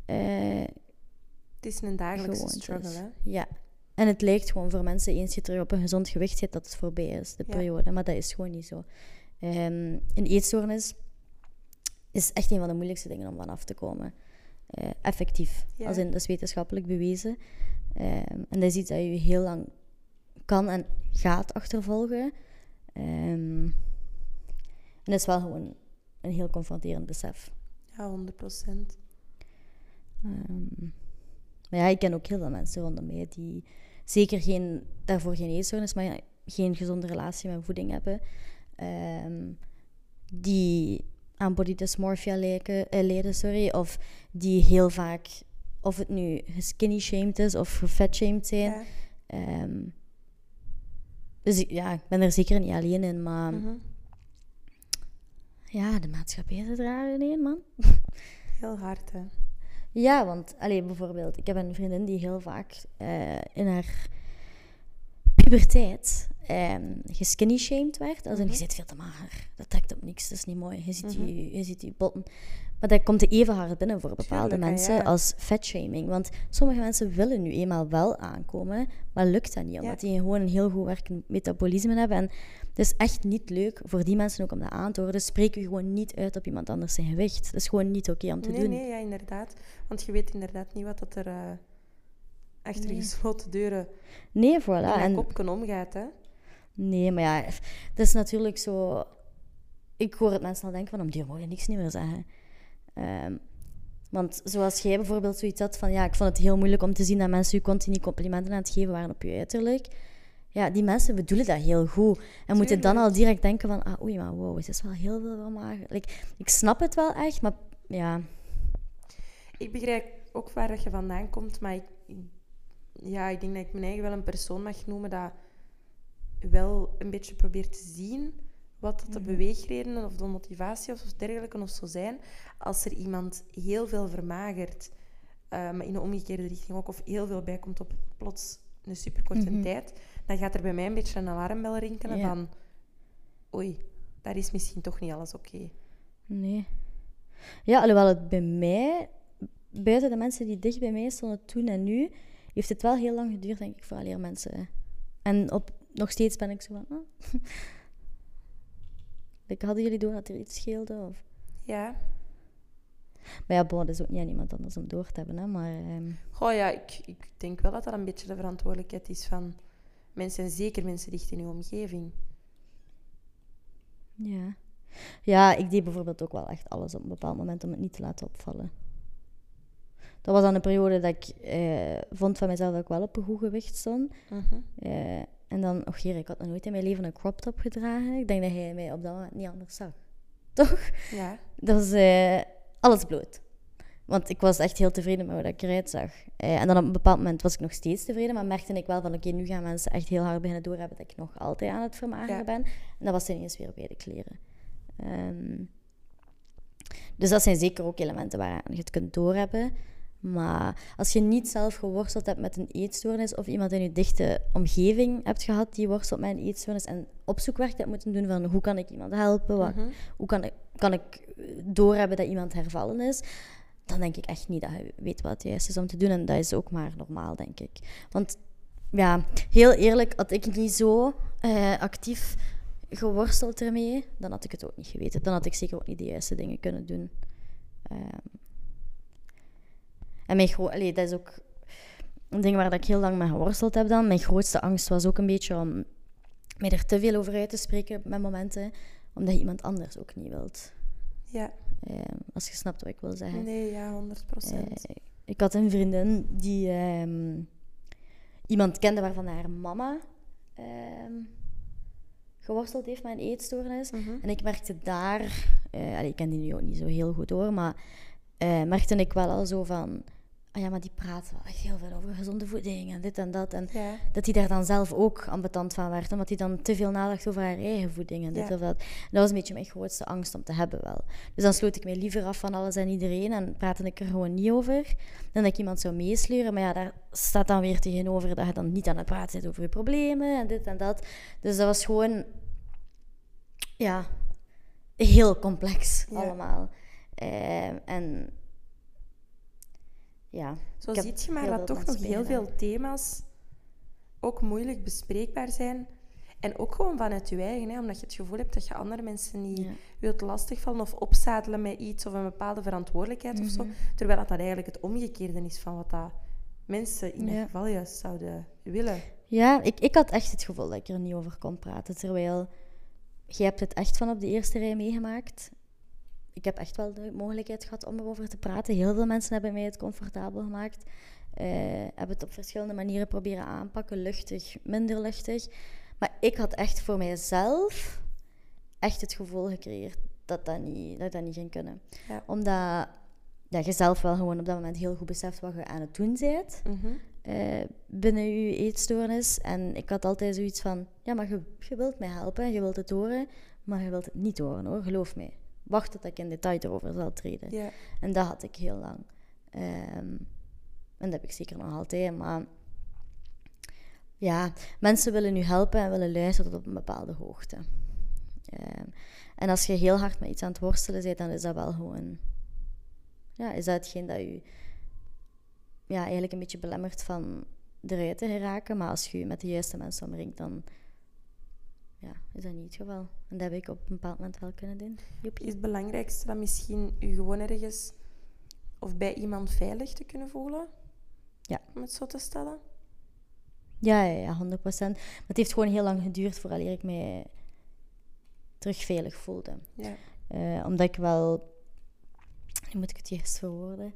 het is een dagelijkse struggle, hè?
Ja. En het lijkt gewoon voor mensen, eens je terug op een gezond gewicht zit, dat het voorbij is, de periode. Maar dat is gewoon niet zo. Een eetstoornis is echt een van de moeilijkste dingen om vanaf te komen. Effectief. Als in, dat is wetenschappelijk bewezen. En dat is iets dat je heel lang kan en gaat achtervolgen. En dat is wel gewoon een heel confronterend besef.
Ja, 100%.
Maar ja, ik ken ook heel veel mensen rondom mij die zeker daarvoor geen eetstoornis, maar geen gezonde relatie met voeding hebben. Die aan body dysmorphia lijden, of die heel vaak, of het nu skinny shamed is of fat shamed zijn. Ja. Dus ik ben er zeker niet alleen in, maar ja, de maatschappij is het raar in, man.
Heel hard, hè?
Ja, want bijvoorbeeld, ik heb een vriendin die heel vaak in haar puberteit geskinny shamed werd. Als je zit veel te mager, dat trekt op niks, dat is niet mooi. Je ziet je botten. Maar dat komt even hard binnen voor bepaalde mensen als fatshaming. Want sommige mensen willen nu eenmaal wel aankomen, maar lukt dat niet, omdat die gewoon een heel goed werkend metabolisme hebben. En het is echt niet leuk voor die mensen ook om dat aan te horen. Dus spreek je gewoon niet uit op iemand anders zijn gewicht. Dat is gewoon niet oké om te doen.
Nee, ja, inderdaad. Want je weet inderdaad niet wat dat er achter gesloten deuren
in
mijn kopje omgaat, hè?
Nee, maar ja, het is natuurlijk zo... Ik hoor het mensen al denken van, om die mogen niks niet meer zeggen. Want zoals jij bijvoorbeeld zoiets had van... Ja, ik vond het heel moeilijk om te zien dat mensen je continu complimenten aan het geven waren op je uiterlijk. Ja, die mensen bedoelen dat heel goed. En moeten dan al direct denken van... oei, maar wow, het is wel heel veel van mij. Ik snap het wel echt, maar ja...
Ik begrijp ook waar dat je vandaan komt, maar ik denk dat ik mijn eigen wel een persoon mag noemen dat wel een beetje probeert te zien wat de beweegredenen of de motivatie of dergelijke of zo zijn. Als er iemand heel veel vermagert, maar in de omgekeerde richting ook, of heel veel bijkomt op plots een superkorte tijd, dan gaat er bij mij een beetje een alarmbel rinkelen van oei, daar is misschien toch niet alles oké.
Nee. Ja, alhoewel het bij mij, buiten de mensen die dicht bij mij stonden toen en nu, heeft het wel heel lang geduurd, denk ik, voor alleer mensen. En nog steeds ben ik zo van... Hadden jullie door dat er iets scheelde? Of?
Ja.
Maar ja, dat is ook niet aan iemand anders om door te hebben. Hè? Maar,
ik denk wel dat dat een beetje de verantwoordelijkheid is van mensen, en zeker mensen dicht in uw omgeving.
Ja. Ja, ik deed bijvoorbeeld ook wel echt alles op een bepaald moment om het niet te laten opvallen. Dat was dan een periode dat ik vond van mezelf dat ik wel op een goed gewicht stond. En dan, ik had nog nooit in mijn leven een crop top gedragen. Ik denk dat hij mij op dat moment niet anders zag. Toch?
Ja.
Dat is alles bloot. Want ik was echt heel tevreden met hoe ik eruit zag. En dan op een bepaald moment was ik nog steeds tevreden, maar merkte ik wel van oké, nu gaan mensen echt heel hard beginnen doorhebben dat ik nog altijd aan het vermageren ben. En dat was ineens weer bij de kleren. Dus dat zijn zeker ook elementen waaraan je het kunt doorhebben. Maar als je niet zelf geworsteld hebt met een eetstoornis of iemand in je dichte omgeving hebt gehad die worstelt met een eetstoornis en opzoekwerk hebt moeten doen van hoe kan ik iemand helpen, hoe kan ik doorhebben dat iemand hervallen is, dan denk ik echt niet dat je weet wat het juist is om te doen. En dat is ook maar normaal, denk ik. Want ja, heel eerlijk, had ik niet zo actief geworsteld ermee, dan had ik het ook niet geweten. Dan had ik zeker ook niet de juiste dingen kunnen doen. En dat is ook een ding waar ik heel lang mee geworsteld heb dan. Mijn grootste angst was ook een beetje om mij er te veel over uit te spreken met momenten, omdat je iemand anders ook niet wilt.
Ja.
Als je snapt wat ik wil zeggen.
Nee, ja, 100%.
Ik had een vriendin die iemand kende waarvan haar mama geworsteld heeft met een eetstoornis. En ik merkte daar, ik ken die nu ook niet zo heel goed hoor, maar merkte ik wel al zo van, maar die praat wel echt heel veel over gezonde voeding en dit en dat. En dat hij daar dan zelf ook ambetant van werd, omdat hij dan te veel nadacht over haar eigen voeding en dit of dat. En dat was een beetje mijn grootste angst om te hebben wel. Dus dan sloot ik mij liever af van alles en iedereen en praatte ik er gewoon niet over, dan dat ik iemand zou meesleuren. Maar ja, daar staat dan weer tegenover dat je dan niet aan het praten bent over je problemen en dit en dat. Dus dat was gewoon, heel complex allemaal. En ja.
Zo ziet je maar dat toch nog heel veel thema's ook moeilijk bespreekbaar zijn. En ook gewoon vanuit je eigen, omdat je het gevoel hebt dat je andere mensen niet wilt lastigvallen of opzadelen met iets of een bepaalde verantwoordelijkheid of zo. Terwijl dat eigenlijk het omgekeerde is van wat dat mensen in dat geval juist zouden willen.
Ja, ik had echt het gevoel dat ik er niet over kon praten. Terwijl, je hebt het echt van op de eerste rij meegemaakt. Ik heb echt wel de mogelijkheid gehad om erover te praten. Heel veel mensen hebben mij het comfortabel gemaakt. Hebben het op verschillende manieren proberen aanpakken. Luchtig, minder luchtig. Maar ik had echt voor mijzelf echt het gevoel gecreëerd dat dat niet ging kunnen. Ja. Omdat je zelf wel gewoon op dat moment heel goed beseft wat je aan het doen bent. Binnen je eetstoornis. En ik had altijd zoiets van, maar je wilt mij helpen, je wilt het horen, maar je wilt het niet horen hoor, geloof mij. Wacht tot ik in detail erover zal treden. Yeah. En dat had ik heel lang. En dat heb ik zeker nog altijd. Maar ja, mensen willen nu helpen en willen luisteren tot op een bepaalde hoogte. En als je heel hard met iets aan het worstelen bent, dan is dat wel gewoon... Ja, is dat hetgeen dat je eigenlijk een beetje belemmert van eruit te geraken. Maar als je je met de juiste mensen omringt, dan... is dat niet het geval. En dat heb ik op een bepaald moment wel kunnen doen.
Is het belangrijkste dan misschien je gewoon ergens of bij iemand veilig te kunnen voelen?
Ja.
Om het zo te stellen?
Ja, 100%. Maar het heeft gewoon heel lang geduurd voordat ik mij terug veilig voelde. Ja. Omdat ik wel Nu moet ik het juist verwoorden.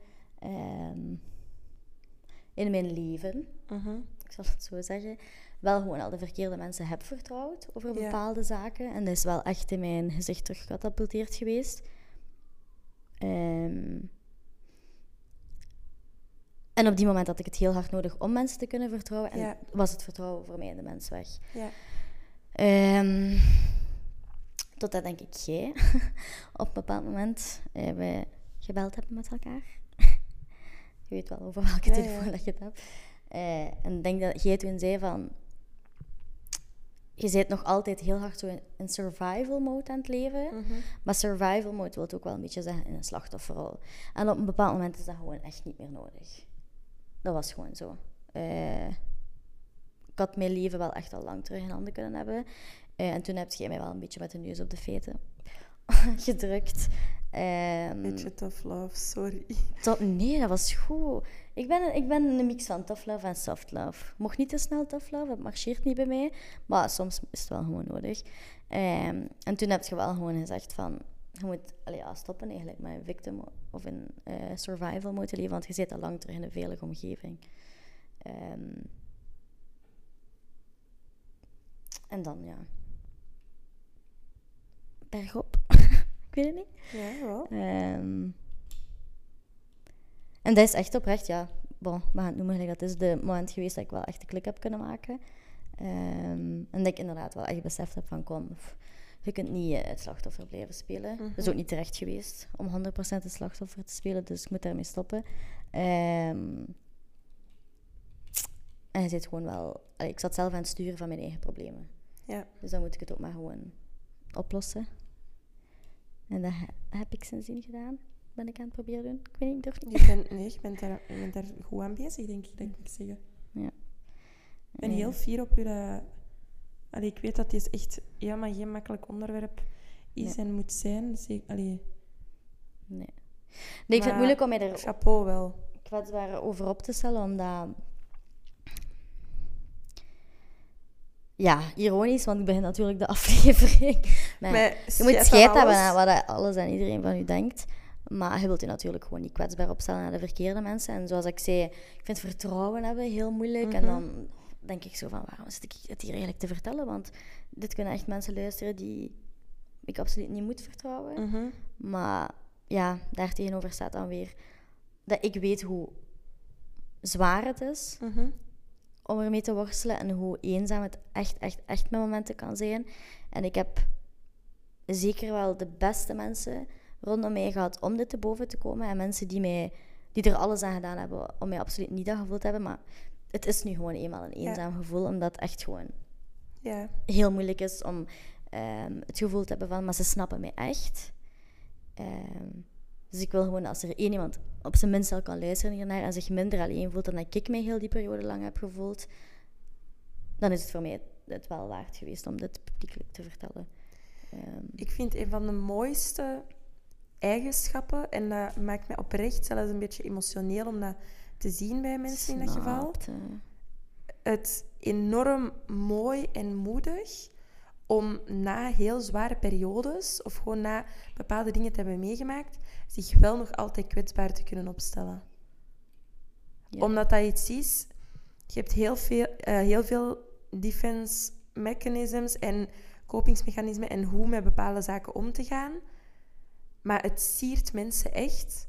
In mijn leven, ik zal het zo zeggen, wel gewoon al de verkeerde mensen heb vertrouwd over bepaalde zaken. En dat is wel echt in mijn gezicht teruggecatapulteerd geweest. En op die moment had ik het heel hard nodig om mensen te kunnen vertrouwen. En was het vertrouwen voor mij in de mens weg. Ja. Totdat, denk ik, jij op een bepaald moment we gebeld hebben met elkaar. Je weet wel over welke telefoon dat je het hebt. En ik denk dat jij toen zei van... Je bent nog altijd heel hard zo in survival mode aan het leven. Maar survival mode wil ook wel een beetje zeggen in een slachtofferrol. En op een bepaald moment is dat gewoon echt niet meer nodig. Dat was gewoon zo. Ik had mijn leven wel echt al lang terug in handen kunnen hebben. En toen heb je mij wel een beetje met de neus op de feiten gedrukt.
Beetje tough love, sorry.
Nee, dat was goed. Ik ben een mix van tough love en soft love. Mocht niet te snel tough love, het marcheert niet bij mij. Maar soms is het wel gewoon nodig. En toen heb je wel gewoon gezegd van... Je moet stoppen eigenlijk met een victim of in survival moeten leven. Want je zit al lang terug in een veilige omgeving. En dan, ja... Bergop. Ik weet het niet.
Ja, wel.
En dat is echt oprecht, ja. Bon, we gaan het noemen gelijk. Dat is de moment geweest dat ik wel echt de klik heb kunnen maken. En dat ik inderdaad wel echt beseft heb van... Kom, je kunt niet het slachtoffer blijven spelen. Dat is ook niet terecht geweest om 100% het slachtoffer te spelen. Dus ik moet daarmee stoppen. En je zit gewoon wel... Ik zat zelf aan het sturen van mijn eigen problemen.
Ja.
Dus dan moet ik het ook maar gewoon oplossen. En dat heb ik sindsdien gedaan. Ben ik aan het proberen doen. Ik weet niet, ik durf niet.
Je bent daar goed aan bezig, denk ik, dat ik moet zeggen.
Ja.
Ik ben heel fier op je. Ik weet dat dit echt helemaal geen makkelijk onderwerp is en moet zijn. Dus
Nee, ik vind het moeilijk om mij er
chapeau wel
kwetsbaar over op te stellen, omdat... Ja, ironisch, want ik begin natuurlijk de aflevering. Maar je moet scheid hebben aan wat alles en iedereen van u denkt. Maar je wilt je natuurlijk gewoon niet kwetsbaar opstellen naar de verkeerde mensen. En zoals ik zei, ik vind vertrouwen hebben heel moeilijk. En dan denk ik zo van, waarom zit ik het hier eigenlijk te vertellen? Want dit kunnen echt mensen luisteren die ik absoluut niet moet vertrouwen. Maar ja, daartegenover staat dan weer dat ik weet hoe zwaar het is... om ermee te worstelen en hoe eenzaam het echt met momenten kan zijn. En ik heb zeker wel de beste mensen rondom mij gehad om dit te boven te komen. En mensen die er alles aan gedaan hebben om mij absoluut niet dat gevoel te hebben. Maar het is nu gewoon eenmaal een eenzaam gevoel, omdat het echt gewoon heel moeilijk is om het gevoel te hebben van, maar ze snappen mij echt. Dus ik wil gewoon, als er één iemand op zijn minst al kan luisteren hiernaar en zich minder alleen voelt dan dat ik mij heel die periode lang heb gevoeld, dan is het voor mij het wel waard geweest om dit publiekelijk te vertellen.
Ik vind een van de mooiste eigenschappen, en dat maakt mij oprecht zelfs een beetje emotioneel om dat te zien bij mensen in dat geval. Het enorm mooi en moedig om na heel zware periodes of gewoon na bepaalde dingen te hebben meegemaakt, zich wel nog altijd kwetsbaar te kunnen opstellen. Ja. Omdat dat iets is... Je hebt heel veel defense mechanisms en kopingsmechanismen en hoe met bepaalde zaken om te gaan. Maar het siert mensen echt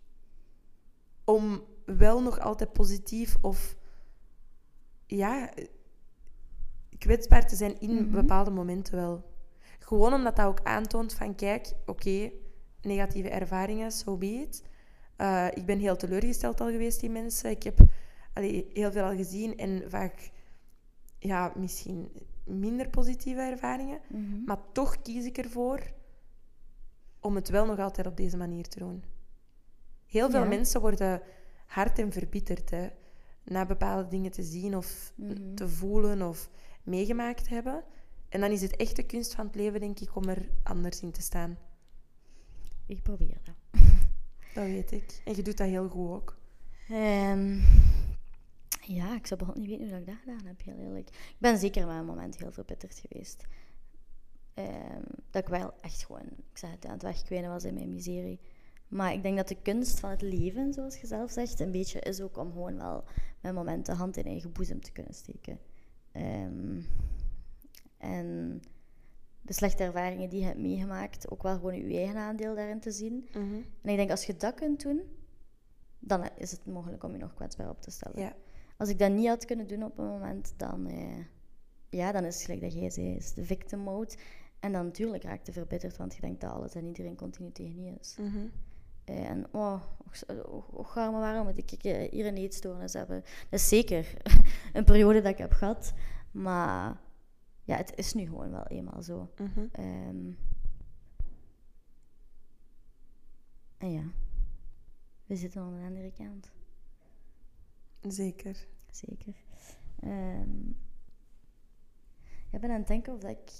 om wel nog altijd positief of... Ja... kwetsbaar te zijn in bepaalde momenten wel. Gewoon omdat dat ook aantoont van, kijk, oké, negatieve ervaringen, so be it. Ik ben heel teleurgesteld al geweest in mensen. Ik heb heel veel al gezien en vaak misschien minder positieve ervaringen. Maar toch kies ik ervoor om het wel nog altijd op deze manier te doen. Heel veel mensen worden hard en verbitterd, hè, na bepaalde dingen te zien of te voelen of meegemaakt hebben. En dan is het echt de kunst van het leven, denk ik, om er anders in te staan.
Ik probeer dat.
Dat weet ik. En je doet dat heel goed ook.
Ja, ik zou bijvoorbeeld niet weten hoe ik dat gedaan heb, heel eerlijk. Ik ben zeker met een moment heel verbitterd geweest. Dat ik wel echt gewoon, ik zeg het, aan het wegkwijnen was in mijn miserie. Maar ik denk dat de kunst van het leven, zoals je zelf zegt, een beetje is ook om gewoon wel met momenten hand in eigen boezem te kunnen steken. En de slechte ervaringen die je hebt meegemaakt, ook wel gewoon je eigen aandeel daarin te zien.
Mhm.
En ik denk, als je dat kunt doen, dan is het mogelijk om je nog kwetsbaar op te stellen.
Ja.
Als ik dat niet had kunnen doen op een moment, dan is het gelijk dat jij zei, is de victim mode. En dan natuurlijk raak je verbitterd, want je denkt dat alles en iedereen continu tegen je is.
Mhm.
En waarom moet ik hier een eetstoornis hebben? Dat is zeker een periode dat ik heb gehad, maar ja, het is nu gewoon wel eenmaal zo.
Mhm.
En ja, we zitten aan de andere kant.
Zeker.
Zeker. Ik ben aan het denken of dat ik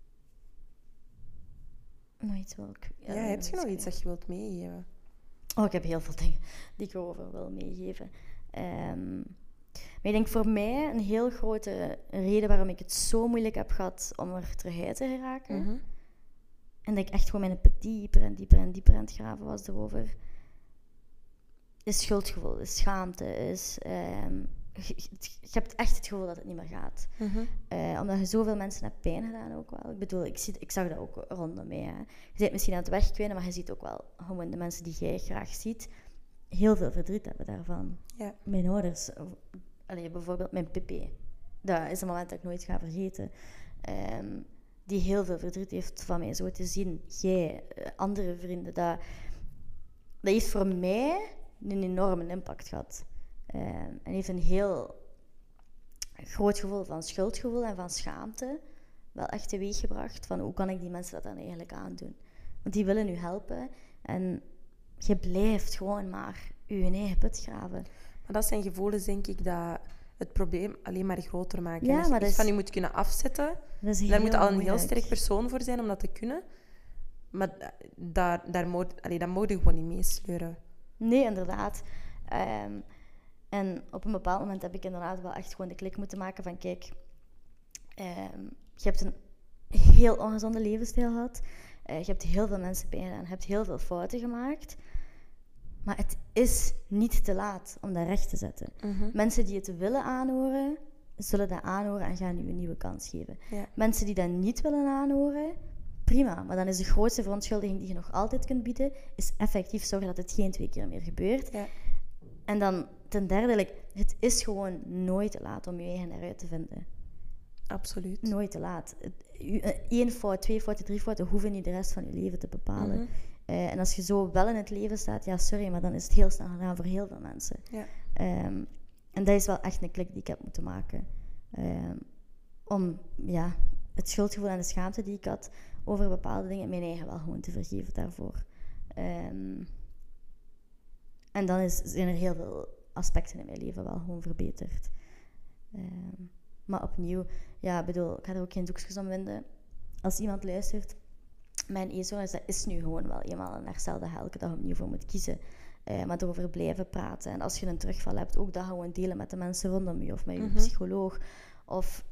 nog iets wil...
Heb je nog iets dat je wilt meegeven?
Oh, ik heb heel veel dingen die ik erover wil meegeven. Maar ik denk voor mij een heel grote reden waarom ik het zo moeilijk heb gehad om er terug uit te geraken.
Mhm.
En dat ik echt gewoon mijn dieper en dieper en dieper aan het graven was erover. Is schuldgevoel, is schaamte, is... je hebt echt het gevoel dat het niet meer gaat.
Mhm.
Omdat je zoveel mensen hebt pijn gedaan ook wel. Ik bedoel, ik zag dat ook rondom mij. Hè. Je bent misschien aan het wegkwijnen, maar je ziet ook wel gewoon de mensen die jij graag ziet heel veel verdriet hebben daarvan.
Ja.
Mijn ouders, bijvoorbeeld mijn Pippi. Dat is een moment dat ik nooit ga vergeten. Die heel veel verdriet heeft van mij zo te zien. Jij, andere vrienden. Dat heeft voor mij een enorme impact gehad. En heeft een heel groot gevoel van schuldgevoel en van schaamte wel echt teweeggebracht van hoe kan ik die mensen dat dan eigenlijk aandoen. Want die willen u helpen en je blijft gewoon maar je eigen put graven.
Maar dat zijn gevoelens, denk ik, dat het probleem alleen maar groter maken.
Ja,
als je
maar
echt van je moet kunnen afzetten, daar moet je al een heel sterk persoon voor zijn om dat te kunnen. Maar dat moet je gewoon niet meesleuren.
Nee, inderdaad. En op een bepaald moment heb ik inderdaad wel echt gewoon de klik moeten maken van kijk, je hebt een heel ongezonde levensstijl gehad. Je hebt heel veel mensen pijn gedaan, je hebt heel veel fouten gemaakt. Maar het is niet te laat om dat recht te zetten.
Mhm.
Mensen die het willen aanhoren, zullen dat aanhoren en gaan u een nieuwe kans geven.
Ja.
Mensen die dat niet willen aanhoren, prima. Maar dan is de grootste verontschuldiging die je nog altijd kunt bieden, is effectief zorgen dat het geen 2 keer meer gebeurt.
Ja.
En dan ten derde, het is gewoon nooit te laat om je eigen eruit te vinden.
Absoluut.
Nooit te laat. 1 fout, 2 fouten, 3 fouten hoeven niet de rest van je leven te bepalen.
Mhm.
En als je zo wel in het leven staat, ja, sorry, maar dan is het heel snel gedaan voor heel veel mensen.
Ja.
En dat is wel echt een klik die ik heb moeten maken. Om het schuldgevoel en de schaamte die ik had over bepaalde dingen, mijn eigen wel gewoon te vergeven daarvoor. En dan zijn er heel veel aspecten in mijn leven wel gewoon verbeterd. Maar opnieuw, ik ga er ook geen doekjes om winden. Als iemand luistert, mijn eetstoornis, dat is nu gewoon wel eenmaal een herstel dat je elke dag opnieuw voor moet kiezen. Maar erover blijven praten. En als je een terugval hebt, ook dat gewoon delen met de mensen rondom je of met je psycholoog. Of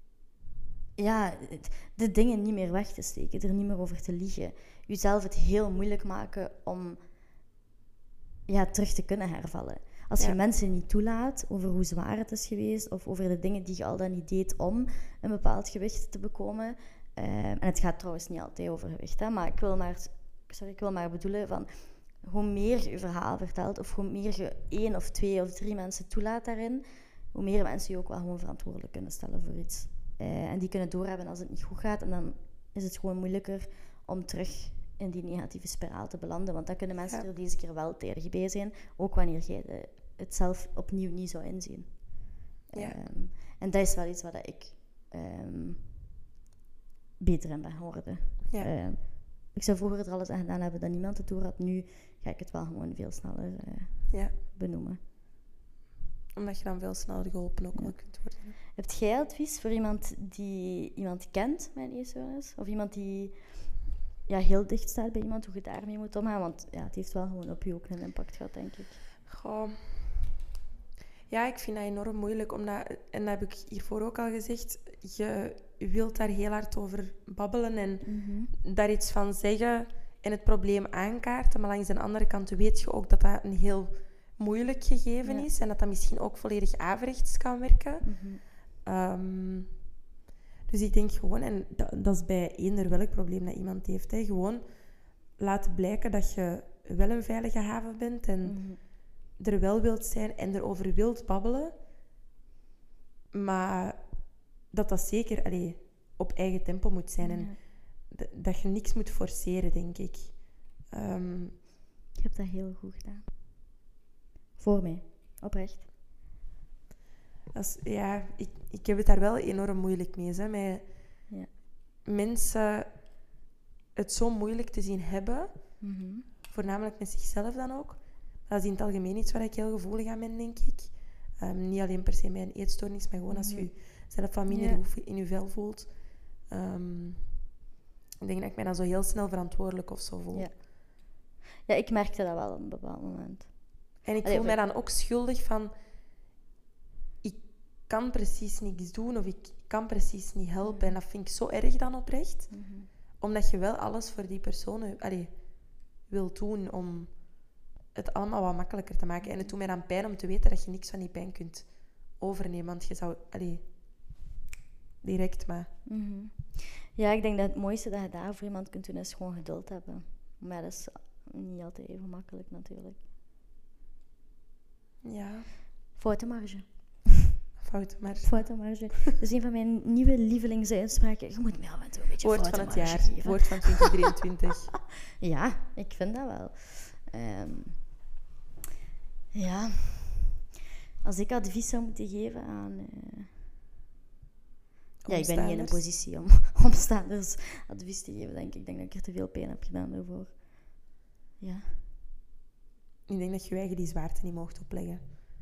de dingen niet meer weg te steken, er niet meer over te liegen. Jezelf het heel moeilijk maken om terug te kunnen hervallen. Als je mensen niet toelaat over hoe zwaar het is geweest of over de dingen die je al dan niet deed om een bepaald gewicht te bekomen. En het gaat trouwens niet altijd over gewicht, hè, maar ik wil maar bedoelen van hoe meer je je verhaal vertelt of hoe meer je 1 of 2 of 3 mensen toelaat daarin, hoe meer mensen je ook wel gewoon verantwoordelijk kunnen stellen voor iets. En die kunnen doorhebben als het niet goed gaat en dan is het gewoon moeilijker om terug in die negatieve spiraal te belanden. Want dan kunnen mensen er deze keer wel tijdig bij zijn, ook wanneer jij het zelf opnieuw niet zou inzien.
Ja.
En dat is wel iets wat ik beter in ben geworden.
Ja.
Ik zou vroeger er alles aan gedaan hebben dat niemand het door had. Nu ga ik het wel gewoon veel sneller benoemen.
Omdat je dan veel sneller geholpen ook kunt worden.
Heb jij advies voor iemand die iemand kent met een eetstoornis? Of iemand die heel dicht staat bij iemand, hoe je daarmee moet omgaan? Want het heeft wel gewoon op je ook een impact gehad, denk ik.
Goh. Ja, ik vind dat enorm moeilijk, omdat, en dat heb ik hiervoor ook al gezegd, je wilt daar heel hard over babbelen en daar iets van zeggen en het probleem aankaarten, maar langs de andere kant weet je ook dat dat een heel moeilijk gegeven is en dat dat misschien ook volledig averechts kan werken. Dus ik denk gewoon, en dat is bij eender welk probleem dat iemand heeft, hè, gewoon laten blijken dat je wel een veilige haven bent en er wel wilt zijn en erover wilt babbelen. Maar dat zeker op eigen tempo moet zijn en dat je niks moet forceren, denk ik.
Je hebt dat heel goed gedaan. Voor mij. Oprecht.
Ik heb het daar wel enorm moeilijk mee. Hè, met mensen het zo moeilijk te zien hebben. Voornamelijk met zichzelf dan ook. Dat is in het algemeen iets waar ik heel gevoelig aan ben, denk ik. Niet alleen per se met een eetstoornis, maar gewoon als je jezelf wat minder goed in je vel voelt. Ik denk dat ik mij dan zo heel snel verantwoordelijk of zo voel.
Ja, ik merkte dat wel op een bepaald moment.
En ik voel mij dan ook schuldig van... Ik kan precies niks doen of ik kan precies niet helpen. En dat vind ik zo erg dan oprecht. Omdat je wel alles voor die personen wilt doen om het allemaal wat makkelijker te maken. En het doet mij dan pijn om te weten dat je niks van die pijn kunt overnemen. Want je zou... direct, maar...
Ja, ik denk dat het mooiste dat je daar voor iemand kunt doen is gewoon geduld hebben. Maar dat is niet altijd even makkelijk natuurlijk.
Ja.
Foutenmarge.
Foutenmarge.
Dat is een van mijn nieuwe lievelingsuitspraken. Je moet mij af en toe een beetje
woord van het jaar.
Geven.
Woord van 2023.
Ja, ik vind dat wel. Ja. Als ik advies zou moeten geven aan... Ja, ik ben niet in een positie om omstaanders advies te geven, denk ik. Ik denk dat ik er te veel pijn heb gedaan daarvoor. Ja.
Ik denk dat je eigen die zwaarte niet mocht opleggen.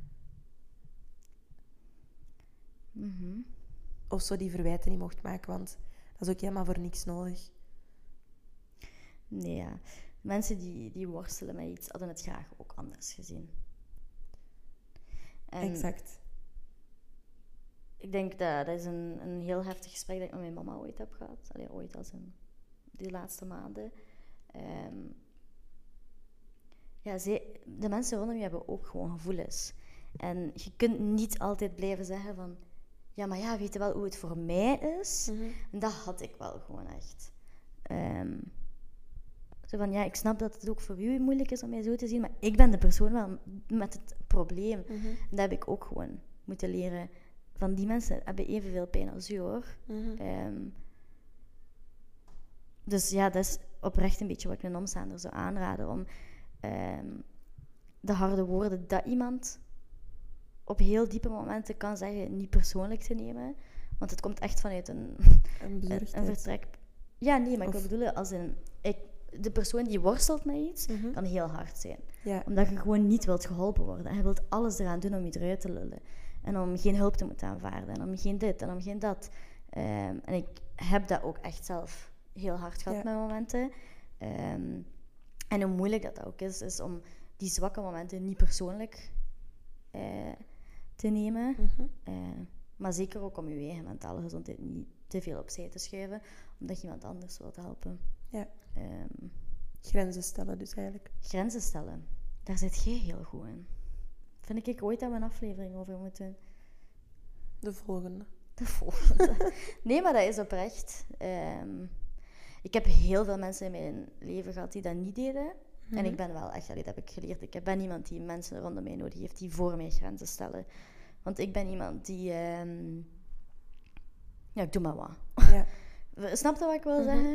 Of zo die verwijten niet mocht maken, want dat is ook helemaal voor niks nodig.
Nee, ja. Mensen die worstelen met iets, hadden het graag ook anders gezien. En
exact.
Ik denk dat is een heel heftig gesprek dat ik met mijn mama ooit heb gehad. Ooit als in die laatste maanden. De mensen rondom je hebben ook gewoon gevoelens. En je kunt niet altijd blijven zeggen van... Ja, maar ja, weet je wel hoe het voor mij is? En dat had ik wel gewoon echt. Zo van, ja, ik snap dat het ook voor u moeilijk is om mij zo te zien, maar ik ben de persoon wel met het probleem. En dat heb ik ook gewoon moeten leren. Van die mensen hebben evenveel pijn als u, hoor. Dus ja, dat is oprecht een beetje wat ik een omstaander zou aanraden. Om de harde woorden dat iemand op heel diepe momenten kan zeggen, niet persoonlijk te nemen. Want het komt echt vanuit een vertrek. Ja, nee, maar ik wil bedoelen, als de persoon die worstelt met iets, kan heel hard zijn.
Ja.
Omdat je gewoon niet wilt geholpen worden. En je wilt alles eraan doen om je eruit te lullen. En om geen hulp te moeten aanvaarden. En om geen dit en om geen dat. En ik heb dat ook echt zelf heel hard gehad met momenten. En hoe moeilijk dat ook is om die zwakke momenten niet persoonlijk te nemen. Maar zeker ook om je eigen mentale gezondheid niet te veel opzij te schuiven. Omdat je iemand anders wilt helpen.
Ja. Grenzen stellen dus eigenlijk.
Grenzen stellen. Daar zit jij heel goed in. Vind ik ooit dat we een aflevering over moeten doen.
De volgende.
Nee, maar dat is oprecht. Ik heb heel veel mensen in mijn leven gehad die dat niet deden. En ik ben wel echt, dat heb ik geleerd. Ik ben iemand die mensen rondom mij nodig heeft die voor mij grenzen stellen. Want ik ben iemand die... ja, ik doe maar wat.
Ja.
Snap je wat ik wil zeggen?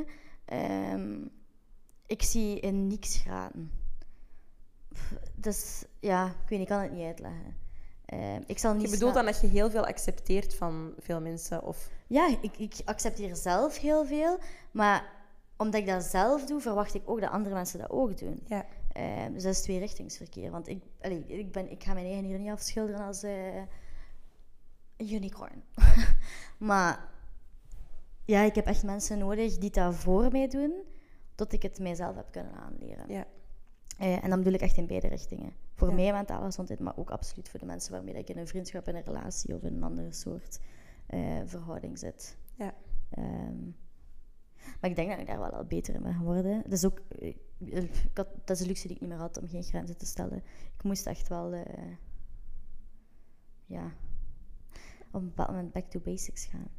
Ik zie in niks graden. Dus ja, ik weet niet, ik kan het niet uitleggen. Ik zal niet
je bedoelt dan dat je heel veel accepteert van veel mensen? Of...
Ja, ik accepteer zelf heel veel. Maar omdat ik dat zelf doe, verwacht ik ook dat andere mensen dat ook doen.
Ja.
Dus dat is tweerichtingsverkeer. Want ik ga mijn eigen hier niet afschilderen als een unicorn. Maar ja, ik heb echt mensen nodig die dat voor mij doen, tot ik het mijzelf heb kunnen aanleren.
Ja.
En dan bedoel ik echt in beide richtingen. Voor mij mentale gezondheid, maar ook absoluut voor de mensen waarmee ik in een vriendschap, in een relatie of in een andere soort verhouding zit.
Ja.
Maar ik denk dat ik daar wel al beter in ben geworden. Dat is ook... dat is de luxe die ik niet meer had, om geen grenzen te stellen. Ik moest echt wel... op een bepaald moment back to basics gaan.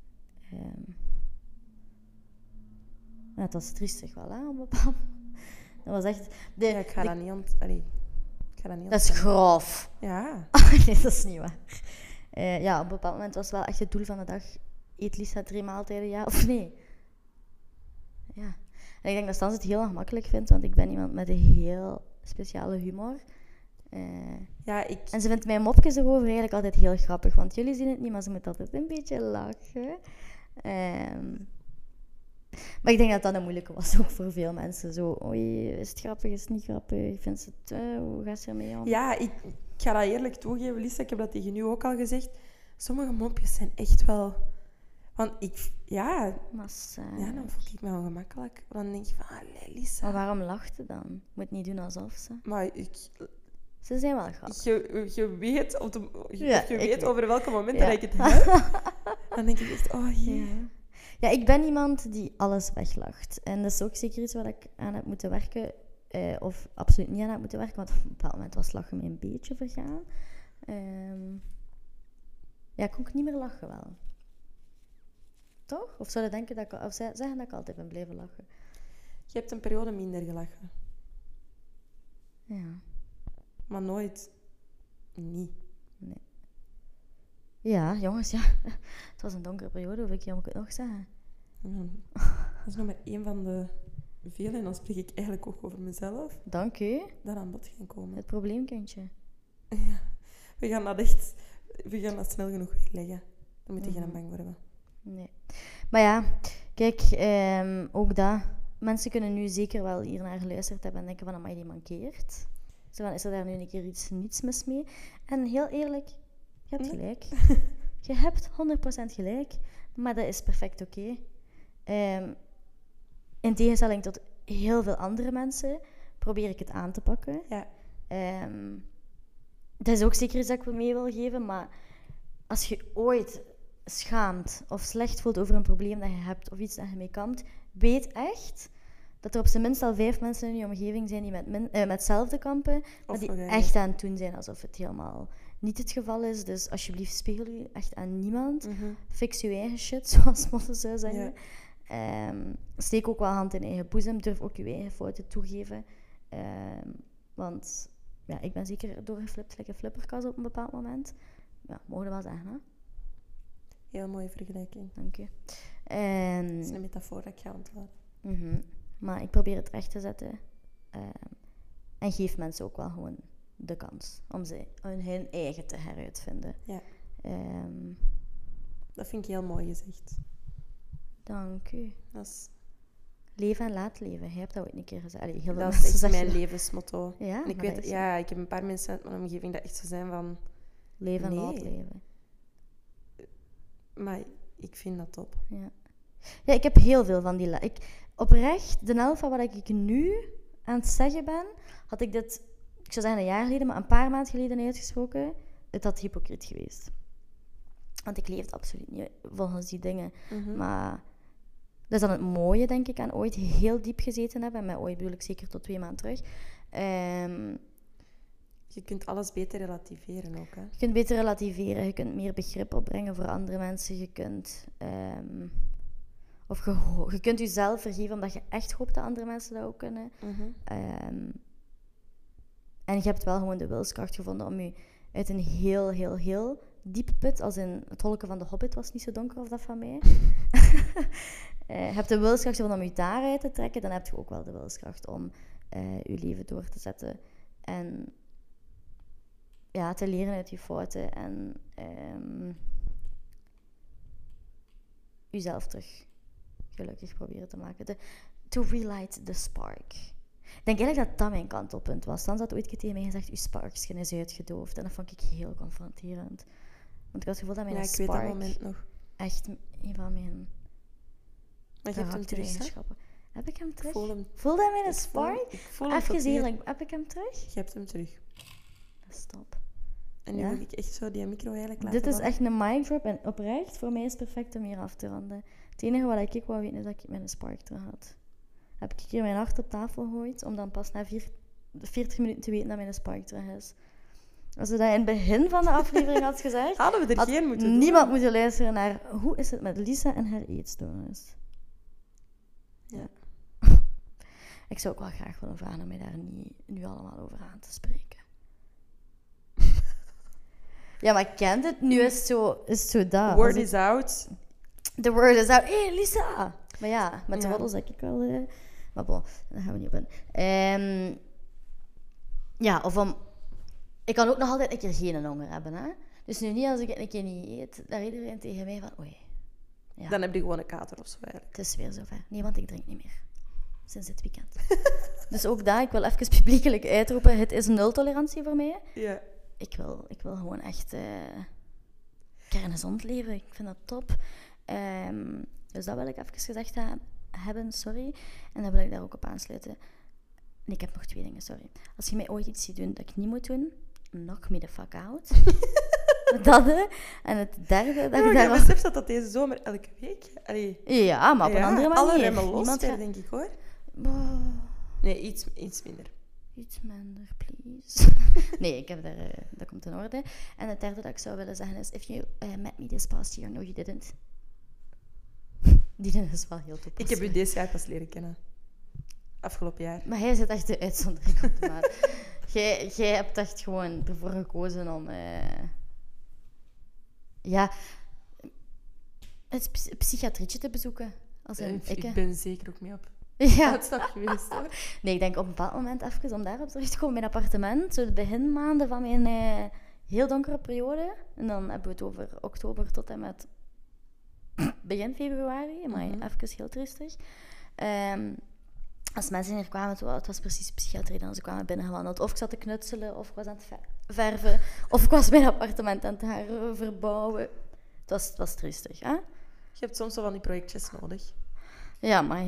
Het was triestig wel, hè, op een bepaald moment. Dat was echt...
ik ga dat niet
dat is grof.
Ja.
Nee, dat is niet waar. Op een bepaald moment was wel echt het doel van de dag... Eet Lisa 3 maaltijden, ja of nee? Ja. En ik denk dat Stans het heel gemakkelijk vindt, want ik ben iemand met een heel speciale humor. En ze vindt mijn mopjes erover eigenlijk altijd heel grappig, want jullie zien het niet, maar ze moet altijd een beetje lachen. Maar ik denk dat dat een moeilijke was, ook voor veel mensen. Zo, oei, is het grappig, is het niet grappig? Vindt ze het, hoe gaat ze ermee om?
Ja, ik ga dat eerlijk toegeven, Lisa. Ik heb dat tegen u ook al gezegd. Sommige mopjes zijn echt wel... Want dan voel ik me ongemakkelijk. Dan denk je van, Lisa.
Maar waarom lacht ze dan? Je moet niet doen alsof ze...
Maar
ze zijn wel grappig.
Je weet over welke momenten
Ja.
dat ik het heb. Dan denk ik echt,
Ja, ik ben iemand die alles weglacht. En dat is ook zeker iets waar ik aan heb moeten werken. Of absoluut niet aan heb moeten werken. Want op een bepaald moment was lachen mij een beetje vergaan. Ik kon niet meer lachen wel. Toch? Of zou je denken dat ik... Of zeggen dat ik altijd ben blijven lachen?
Je hebt een periode minder gelachen.
Ja.
Maar nooit niet.
Nee. Ja, jongens, ja. Het was een donkere periode, hoe moet ik het nog zeggen?
Dat is nog maar één van de vele. En dan spreek ik eigenlijk ook over mezelf.
Dank u.
Dat aan bod gaan komen.
Het probleemkindje.
Ja. We gaan dat snel genoeg weerleggen. Daar moet je geen bang voor hebben.
Nee. Maar ja, kijk, ook dat. Mensen kunnen nu zeker wel hier naar geluisterd hebben en denken van, amai, die mankeert. Zo van, is er daar nu een keer niets mis mee? En heel eerlijk, je hebt gelijk. Je hebt 100% gelijk, maar dat is perfect oké. In tegenstelling tot heel veel andere mensen probeer ik het aan te pakken.
Ja.
Dat is ook zeker iets dat ik mee wil geven, maar als je ooit schaamt of slecht voelt over een probleem dat je hebt of iets dat je mee kampt, weet echt dat er op zijn minst al 5 mensen in je omgeving zijn die met hetzelfde kampen, maar die echt aan het doen zijn alsof het helemaal niet het geval is. Dus alsjeblieft, spiegel je echt aan niemand. Fix je eigen shit, zoals Motte zou zeggen. Ja. Steek ook wel hand in eigen boezem. Durf ook je eigen fouten toegeven. Want ja, ik ben zeker doorgeflipt, like een flipperkas op een bepaald moment. Ja, mogen we wel zeggen, hè?
Heel mooie vergelijking.
Dank je.
Het is een metafoor dat ik ga onthouden.
Maar ik probeer het recht te zetten. En geef mensen ook wel gewoon de kans om ze hun eigen te heruitvinden.
Ja. Dat vind ik heel mooi gezegd.
Dank u. Leven en laat leven. Je hebt dat ooit een keer gezegd. Allee,
dat is echt mijn levensmotto.
Ja,
en ik heb een paar mensen uit mijn omgeving dat echt zo zijn van...
Leven en laat leven.
Maar ik vind dat top.
Ja, ik heb heel veel van die... Oprecht, de helft van wat ik nu aan het zeggen ben, had ik dit, ik zou zeggen een jaar geleden, maar een paar maanden geleden uitgesproken. Het had hypocriet geweest. Want ik leefde absoluut niet volgens die dingen. Maar dat is dan het mooie, denk ik, aan ooit heel diep gezeten hebben. En met ooit bedoel ik zeker tot 2 maanden terug.
Je kunt alles beter relativeren ook, hè?
Je kunt beter relativeren. Je kunt meer begrip opbrengen voor andere mensen. Je kunt... je kunt jezelf vergeven omdat je echt hoopt dat andere mensen dat ook kunnen. En je hebt wel gewoon de wilskracht gevonden om je uit een heel, heel, heel diepe put, als in het holken van de Hobbit was niet zo donker of dat van mij. Je hebt de wilskracht gevonden om je daaruit te trekken, dan heb je ook wel de wilskracht om je leven door te zetten. En ja, te leren uit je fouten en jezelf terug gelukkig proberen te maken. To relight the spark. Ik denk eigenlijk dat dat mijn kantelpunt was. Dan had ooit tegen mij gezegd, uw sparkskin is uitgedoofd. En dat vond ik heel confronterend. Want ik had het gevoel dat mijn spark...
Ja, ik weet dat moment nog.
Echt een van mijn...
Maar je hebt hem terug,
eigenschappen. Heb ik hem terug?
Voelde
hij mijn spark? Even eerlijk, heb ik hem terug?
Je hebt hem terug.
Dat is top.
En nu moet ik echt zo die micro eigenlijk laten
Dit is echt een mic drop en oprecht, voor mij is het perfect om hier af te ronden. Het enige wat ik wou weten is dat ik mijn spark terug had. Heb ik hier mijn hart op tafel gegooid om dan pas na 40 minuten te weten dat mijn spark terug is. Als ze dat in het begin van de aflevering had gezegd,
hadden we er geen moeten doen.
Niemand moeten luisteren naar hoe is het met Lisa en haar eetstoornis. Ja. Ik zou ook wel graag willen vragen om mij daar niet nu allemaal over aan te spreken. Ja, maar ik ken het. Nu is het zo dat.
Word is out.
The word is out. Hé, Lisa! Maar ja, met de roddels denk ik wel... Maar bon, daar gaan we niet op in. Ja, of om... Ik kan ook nog altijd een keer geen honger hebben, hè. Dus nu niet als ik een keer niet eet, daar iedereen tegen mij van... Oei. Ja.
Dan heb je gewoon een kater of zo eigenlijk.
Het is weer zover. Nee, want ik drink niet meer. Sinds dit weekend. Dus ook daar, ik wil even publiekelijk uitroepen. Het is 0 tolerantie voor mij.
Ja.
Ik wil gewoon echt kerngezond leven. Ik vind dat top. Dus dat wil ik even gezegd hebben, sorry. En dan wil ik daar ook op aansluiten. En ik heb nog 2 dingen, sorry. Als je mij ooit iets ziet doen dat ik niet moet doen, knock me the fuck out. Dat, hè. En het derde... Dat ik
daar besef dat deze zomer elke week... Allee.
Ja, maar op een andere manier.
Alle remmen los, denk ik, hoor. Nee, iets minder.
Iets minder, please. Nee, ik heb dat komt in orde. En het derde dat ik zou willen zeggen is... If you met me this past year, no you didn't. Die is wel heel toepasselijk.
Ik heb u deze jaar pas leren kennen. Afgelopen jaar.
Maar jij zit echt de uitzondering op de maat. Jij hebt echt gewoon ervoor gekozen om... het psychiatrietje te bezoeken.
Ik ben zeker ook mee op.
Ja.
Uitstap geweest, hoor.
Nee, ik denk op een bepaald moment even om daarop terug te komen. Mijn appartement, zo de beginmaanden van mijn heel donkere periode. En dan hebben we het over oktober tot en met begin februari. Maar even heel triestig. Als mensen hier kwamen, het was precies psychiatrie dan. Ze kwamen binnengewandeld. Of ik zat te knutselen, of ik was aan het verven. Of ik was mijn appartement aan het verbouwen. Het was triestig, hè?
Je hebt soms wel van die projectjes nodig.
Ja, maar...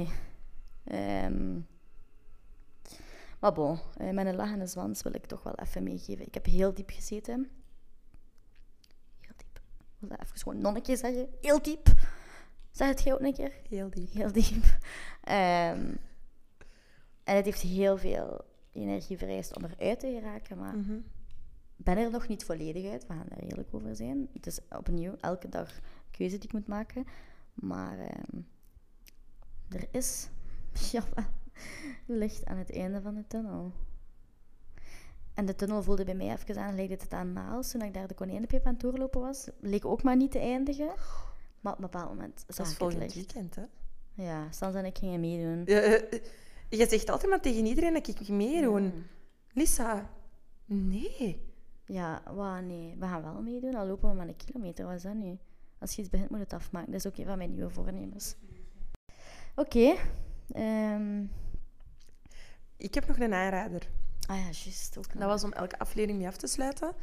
maar bon, met een lach en een zwans wil ik toch wel even meegeven. Ik heb heel diep gezeten. Heel diep. Ik wil dat even gewoon nog een keer zeggen. Heel diep. Zeg het jij ook een keer?
Heel diep.
Heel diep. En het heeft heel veel energie vereist om eruit te geraken, maar ik ben er nog niet volledig uit. We gaan daar eerlijk over zijn. Het is opnieuw elke dag een keuze die ik moet maken. Maar er is licht aan het einde van de tunnel. En de tunnel voelde bij mij even aan, leek het aan Naals. Toen ik daar de konijnenpijp aan het doorlopen was, leek ook maar niet te eindigen. Maar op een bepaald moment zag ik het licht.
Weekend, hè?
Ja, Stans en ik gingen meedoen.
Je zegt altijd maar tegen iedereen dat ik meedoen. Ja. Lisa, nee.
Ja, nee. We gaan wel meedoen. Al lopen we maar 1 kilometer. Wat is dat nu? Als je iets begint, moet je het afmaken. Dat is ook een van mijn nieuwe voornemens. Oké.
Ik heb nog een aanrader.
Ah ja, juist. Ook
dat was om elke aflevering mee af te sluiten.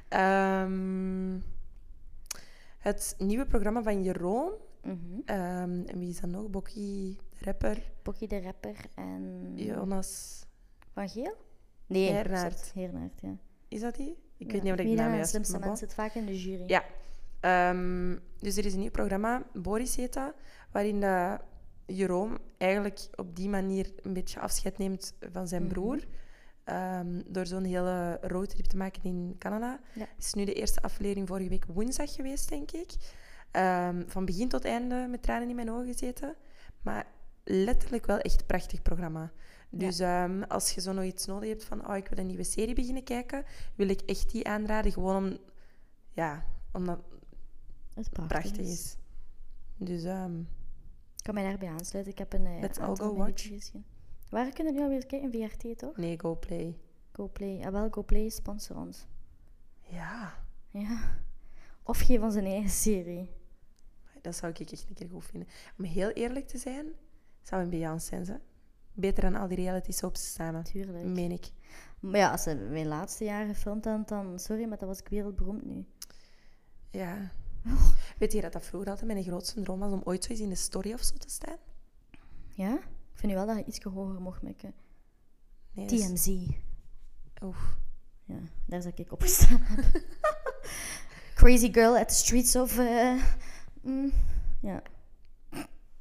Het nieuwe programma van Jeroen. En wie is dat nog? Bokkie de rapper.
Bokkie de rapper en...
Jonas...
Van Geel? Nee,
Hernaert,
ja.
Is dat die? Ik weet niet of ik de naam juist heb.
Slimste mensen zit vaak in de jury.
Ja. Dus er is een nieuw programma, Boris heet dat, waarin Jeroen eigenlijk op die manier een beetje afscheid neemt van zijn broer. Door zo'n hele roadtrip te maken in Canada. Het is nu de eerste aflevering vorige week woensdag geweest, denk ik. Van begin tot einde met tranen in mijn ogen gezeten. Maar letterlijk wel echt een prachtig programma. Dus als je zo nog iets nodig hebt van ik wil een nieuwe serie beginnen kijken, wil ik echt die aanraden. Gewoon omdat het prachtig is. Dus...
ik kan mij daarbij aansluiten. Ik heb een
Let's all go watch.
Gezien. Waar kunnen we nu alweer kijken? VRT, toch?
Nee, GoPlay.
GoPlay. Ja, wel, GoPlay sponsor ons.
Ja.
Of geef ons een eigen serie.
Dat zou ik echt een keer goed vinden. Om heel eerlijk te zijn, zou een Beyoncé zijn, ze. Beter dan al die reality soaps samen.
Tuurlijk.
Meen ik.
Maar ja, als ze mijn laatste jaren gefilmd dan... Sorry, maar dat was ik wereldberoemd nu.
Ja. Weet je dat vroeger altijd mijn grootste droom was om ooit zo eens in de story of zo te staan?
Ja? Ik vind nu wel dat je iets hoger mocht mikken.
Nee,
TMZ.
Oef.
Ja, daar zou ik op gestaan hebben. Crazy girl at the streets of... Ja.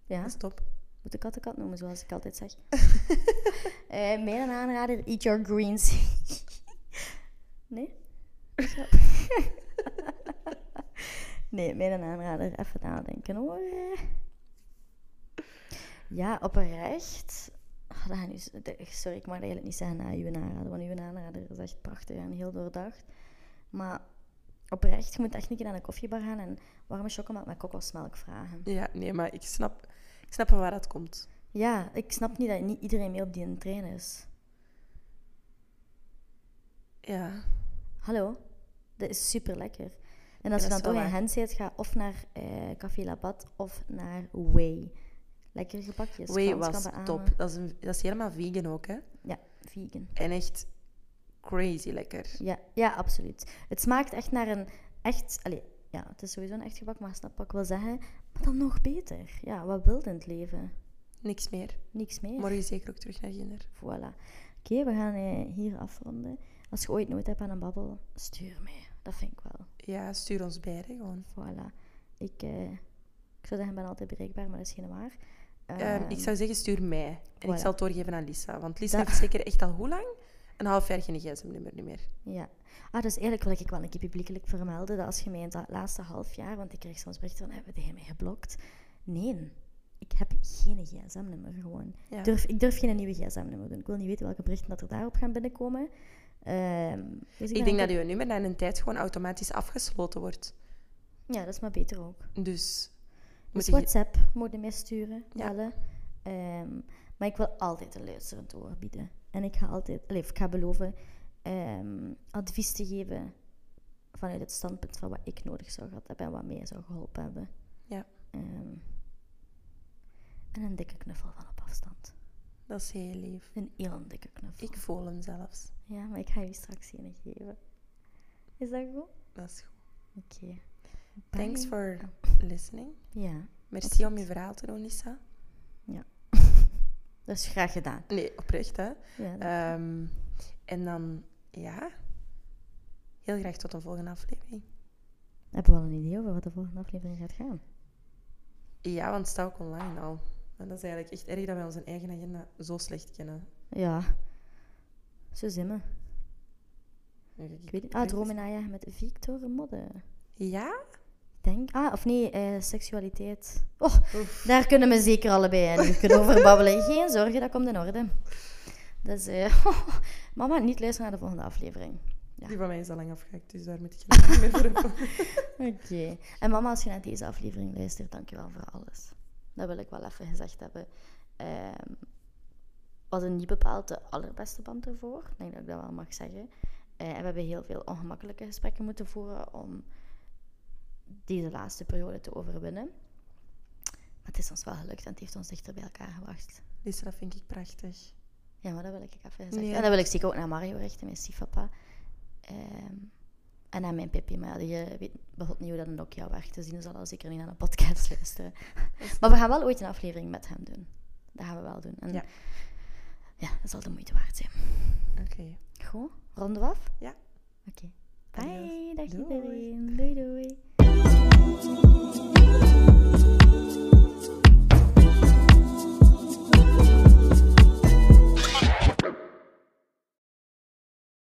Ja.
Dat is top.
Moet de kattenkat noemen, zoals ik altijd zeg. Mijn aanrader, eat your greens. Nee? Nee, mijn aanrader, even nadenken hoor. Ja, oprecht. Sorry, ik mag dat eigenlijk niet zeggen na uw aanrader, want uw aanrader is echt prachtig en heel doordacht. Maar oprecht, je moet echt een keer naar een koffiebar gaan en warme chocolade met kokosmelk vragen.
Ja, nee, maar ik snap van waar dat komt.
Ja, ik snap niet dat niet iedereen mee op die trein is.
Ja.
Hallo, dat is super lekker. En als je dan toch in Gent zit, ga of naar Café Labat of naar Way. Lekkere gebakjes.
Way was top. Dat is helemaal vegan ook, hè?
Ja, vegan.
En echt crazy lekker.
Ja, absoluut. Het smaakt echt naar een echt... ja, het is sowieso een echt gebak, maar snap wat ik wil zeggen. Maar dan nog beter. Ja, wat wil je in het leven?
Niks meer.
Niks meer.
Morgen zeker ook terug naar Ginder.
Voilà. Oké, we gaan hier afronden. Als je ooit nood hebt aan een babbel, stuur mij. Dat vind ik wel.
Ja, stuur ons beiden gewoon.
Voilà. Ik zou zeggen, ik ben altijd bereikbaar, maar dat is geen waar.
Ik zou zeggen, stuur mij. En ik
Voilà.
zal het doorgeven aan Lisa. Want Lisa heeft zeker echt al hoe lang? Een half jaar geen gsm-nummer niet meer.
Ja. Dus eigenlijk wil ik wel een keer publiekelijk vermelden dat als je mij in het laatste half jaar, want ik kreeg soms berichten van, hebben jij mij geblokt? Nee, ik heb geen gsm-nummer gewoon.
Ja.
Ik durf geen nieuwe gsm-nummer doen. Ik wil niet weten welke berichten dat er daarop gaan binnenkomen. Dus
Ik denk dat je nummer na een tijd gewoon automatisch afgesloten wordt.
Ja, dat is maar beter ook.
Dus
WhatsApp moet je mij sturen,
Ja.
bellen. Maar ik wil altijd een luisterend oor bieden. En ik ga altijd, ik ga beloven advies te geven vanuit het standpunt van wat ik nodig zou gehad hebben en wat mij zou geholpen hebben.
Ja.
En een dikke knuffel van op afstand.
Dat is heel lief.
Een heel dikke knuffel.
Ik voel hem zelfs.
Ja, maar ik ga je straks een geven. Is dat goed?
Dat is goed.
Oké.
Thanks for listening.
Ja.
Merci om je verhaal te doen, Lisa.
Ja. Dat is graag gedaan.
Nee, oprecht, hè.
Ja,
en dan, ja, heel graag tot een volgende aflevering.
hebben we al een idee over wat de volgende aflevering gaat gaan?
Ja, want het staat ook online al. En dat is eigenlijk echt erg dat wij onze eigen agenda zo slecht kennen.
Ja. Zo zijn we. Ik weet het. Dromen najagen met Victor Modde.
Ja?
Denk. Of nee, seksualiteit. Oh, daar kunnen we zeker allebei een uur over babbelen. Geen zorgen, dat komt in orde. Dus, mama, niet luisteren naar de volgende aflevering. Ja.
Die van mij is al lang afgehakt, dus daar moet ik geen meer voor hebben.
Oké. En mama, als je naar deze aflevering luistert, dankjewel voor alles. Dat wil ik wel even gezegd hebben. Was niet bepaald de allerbeste band ervoor. Ik denk dat ik dat wel mag zeggen. En we hebben heel veel ongemakkelijke gesprekken moeten voeren om deze laatste periode te overwinnen. Maar het is ons wel gelukt en het heeft ons dichter bij elkaar gebracht.
Lisa, dat vind ik prachtig.
Ja, maar dat wil ik even zeggen.
Nee,
En dat wil ik zeker ook naar Mario richten, mijn stiefpapa. En aan mijn Pippi. Maar je weet bijvoorbeeld niet hoe dat een Nokia werkt. Dus die zal al zeker niet naar een podcast luisteren. Maar we gaan wel ooit een aflevering met hem doen. Dat gaan we wel doen. En ja, dat zal de moeite waard zijn.
Oké.
Goed, ronden we af?
Ja.
Oké. Bye, dag
Doei.
iedereen. Doei doei.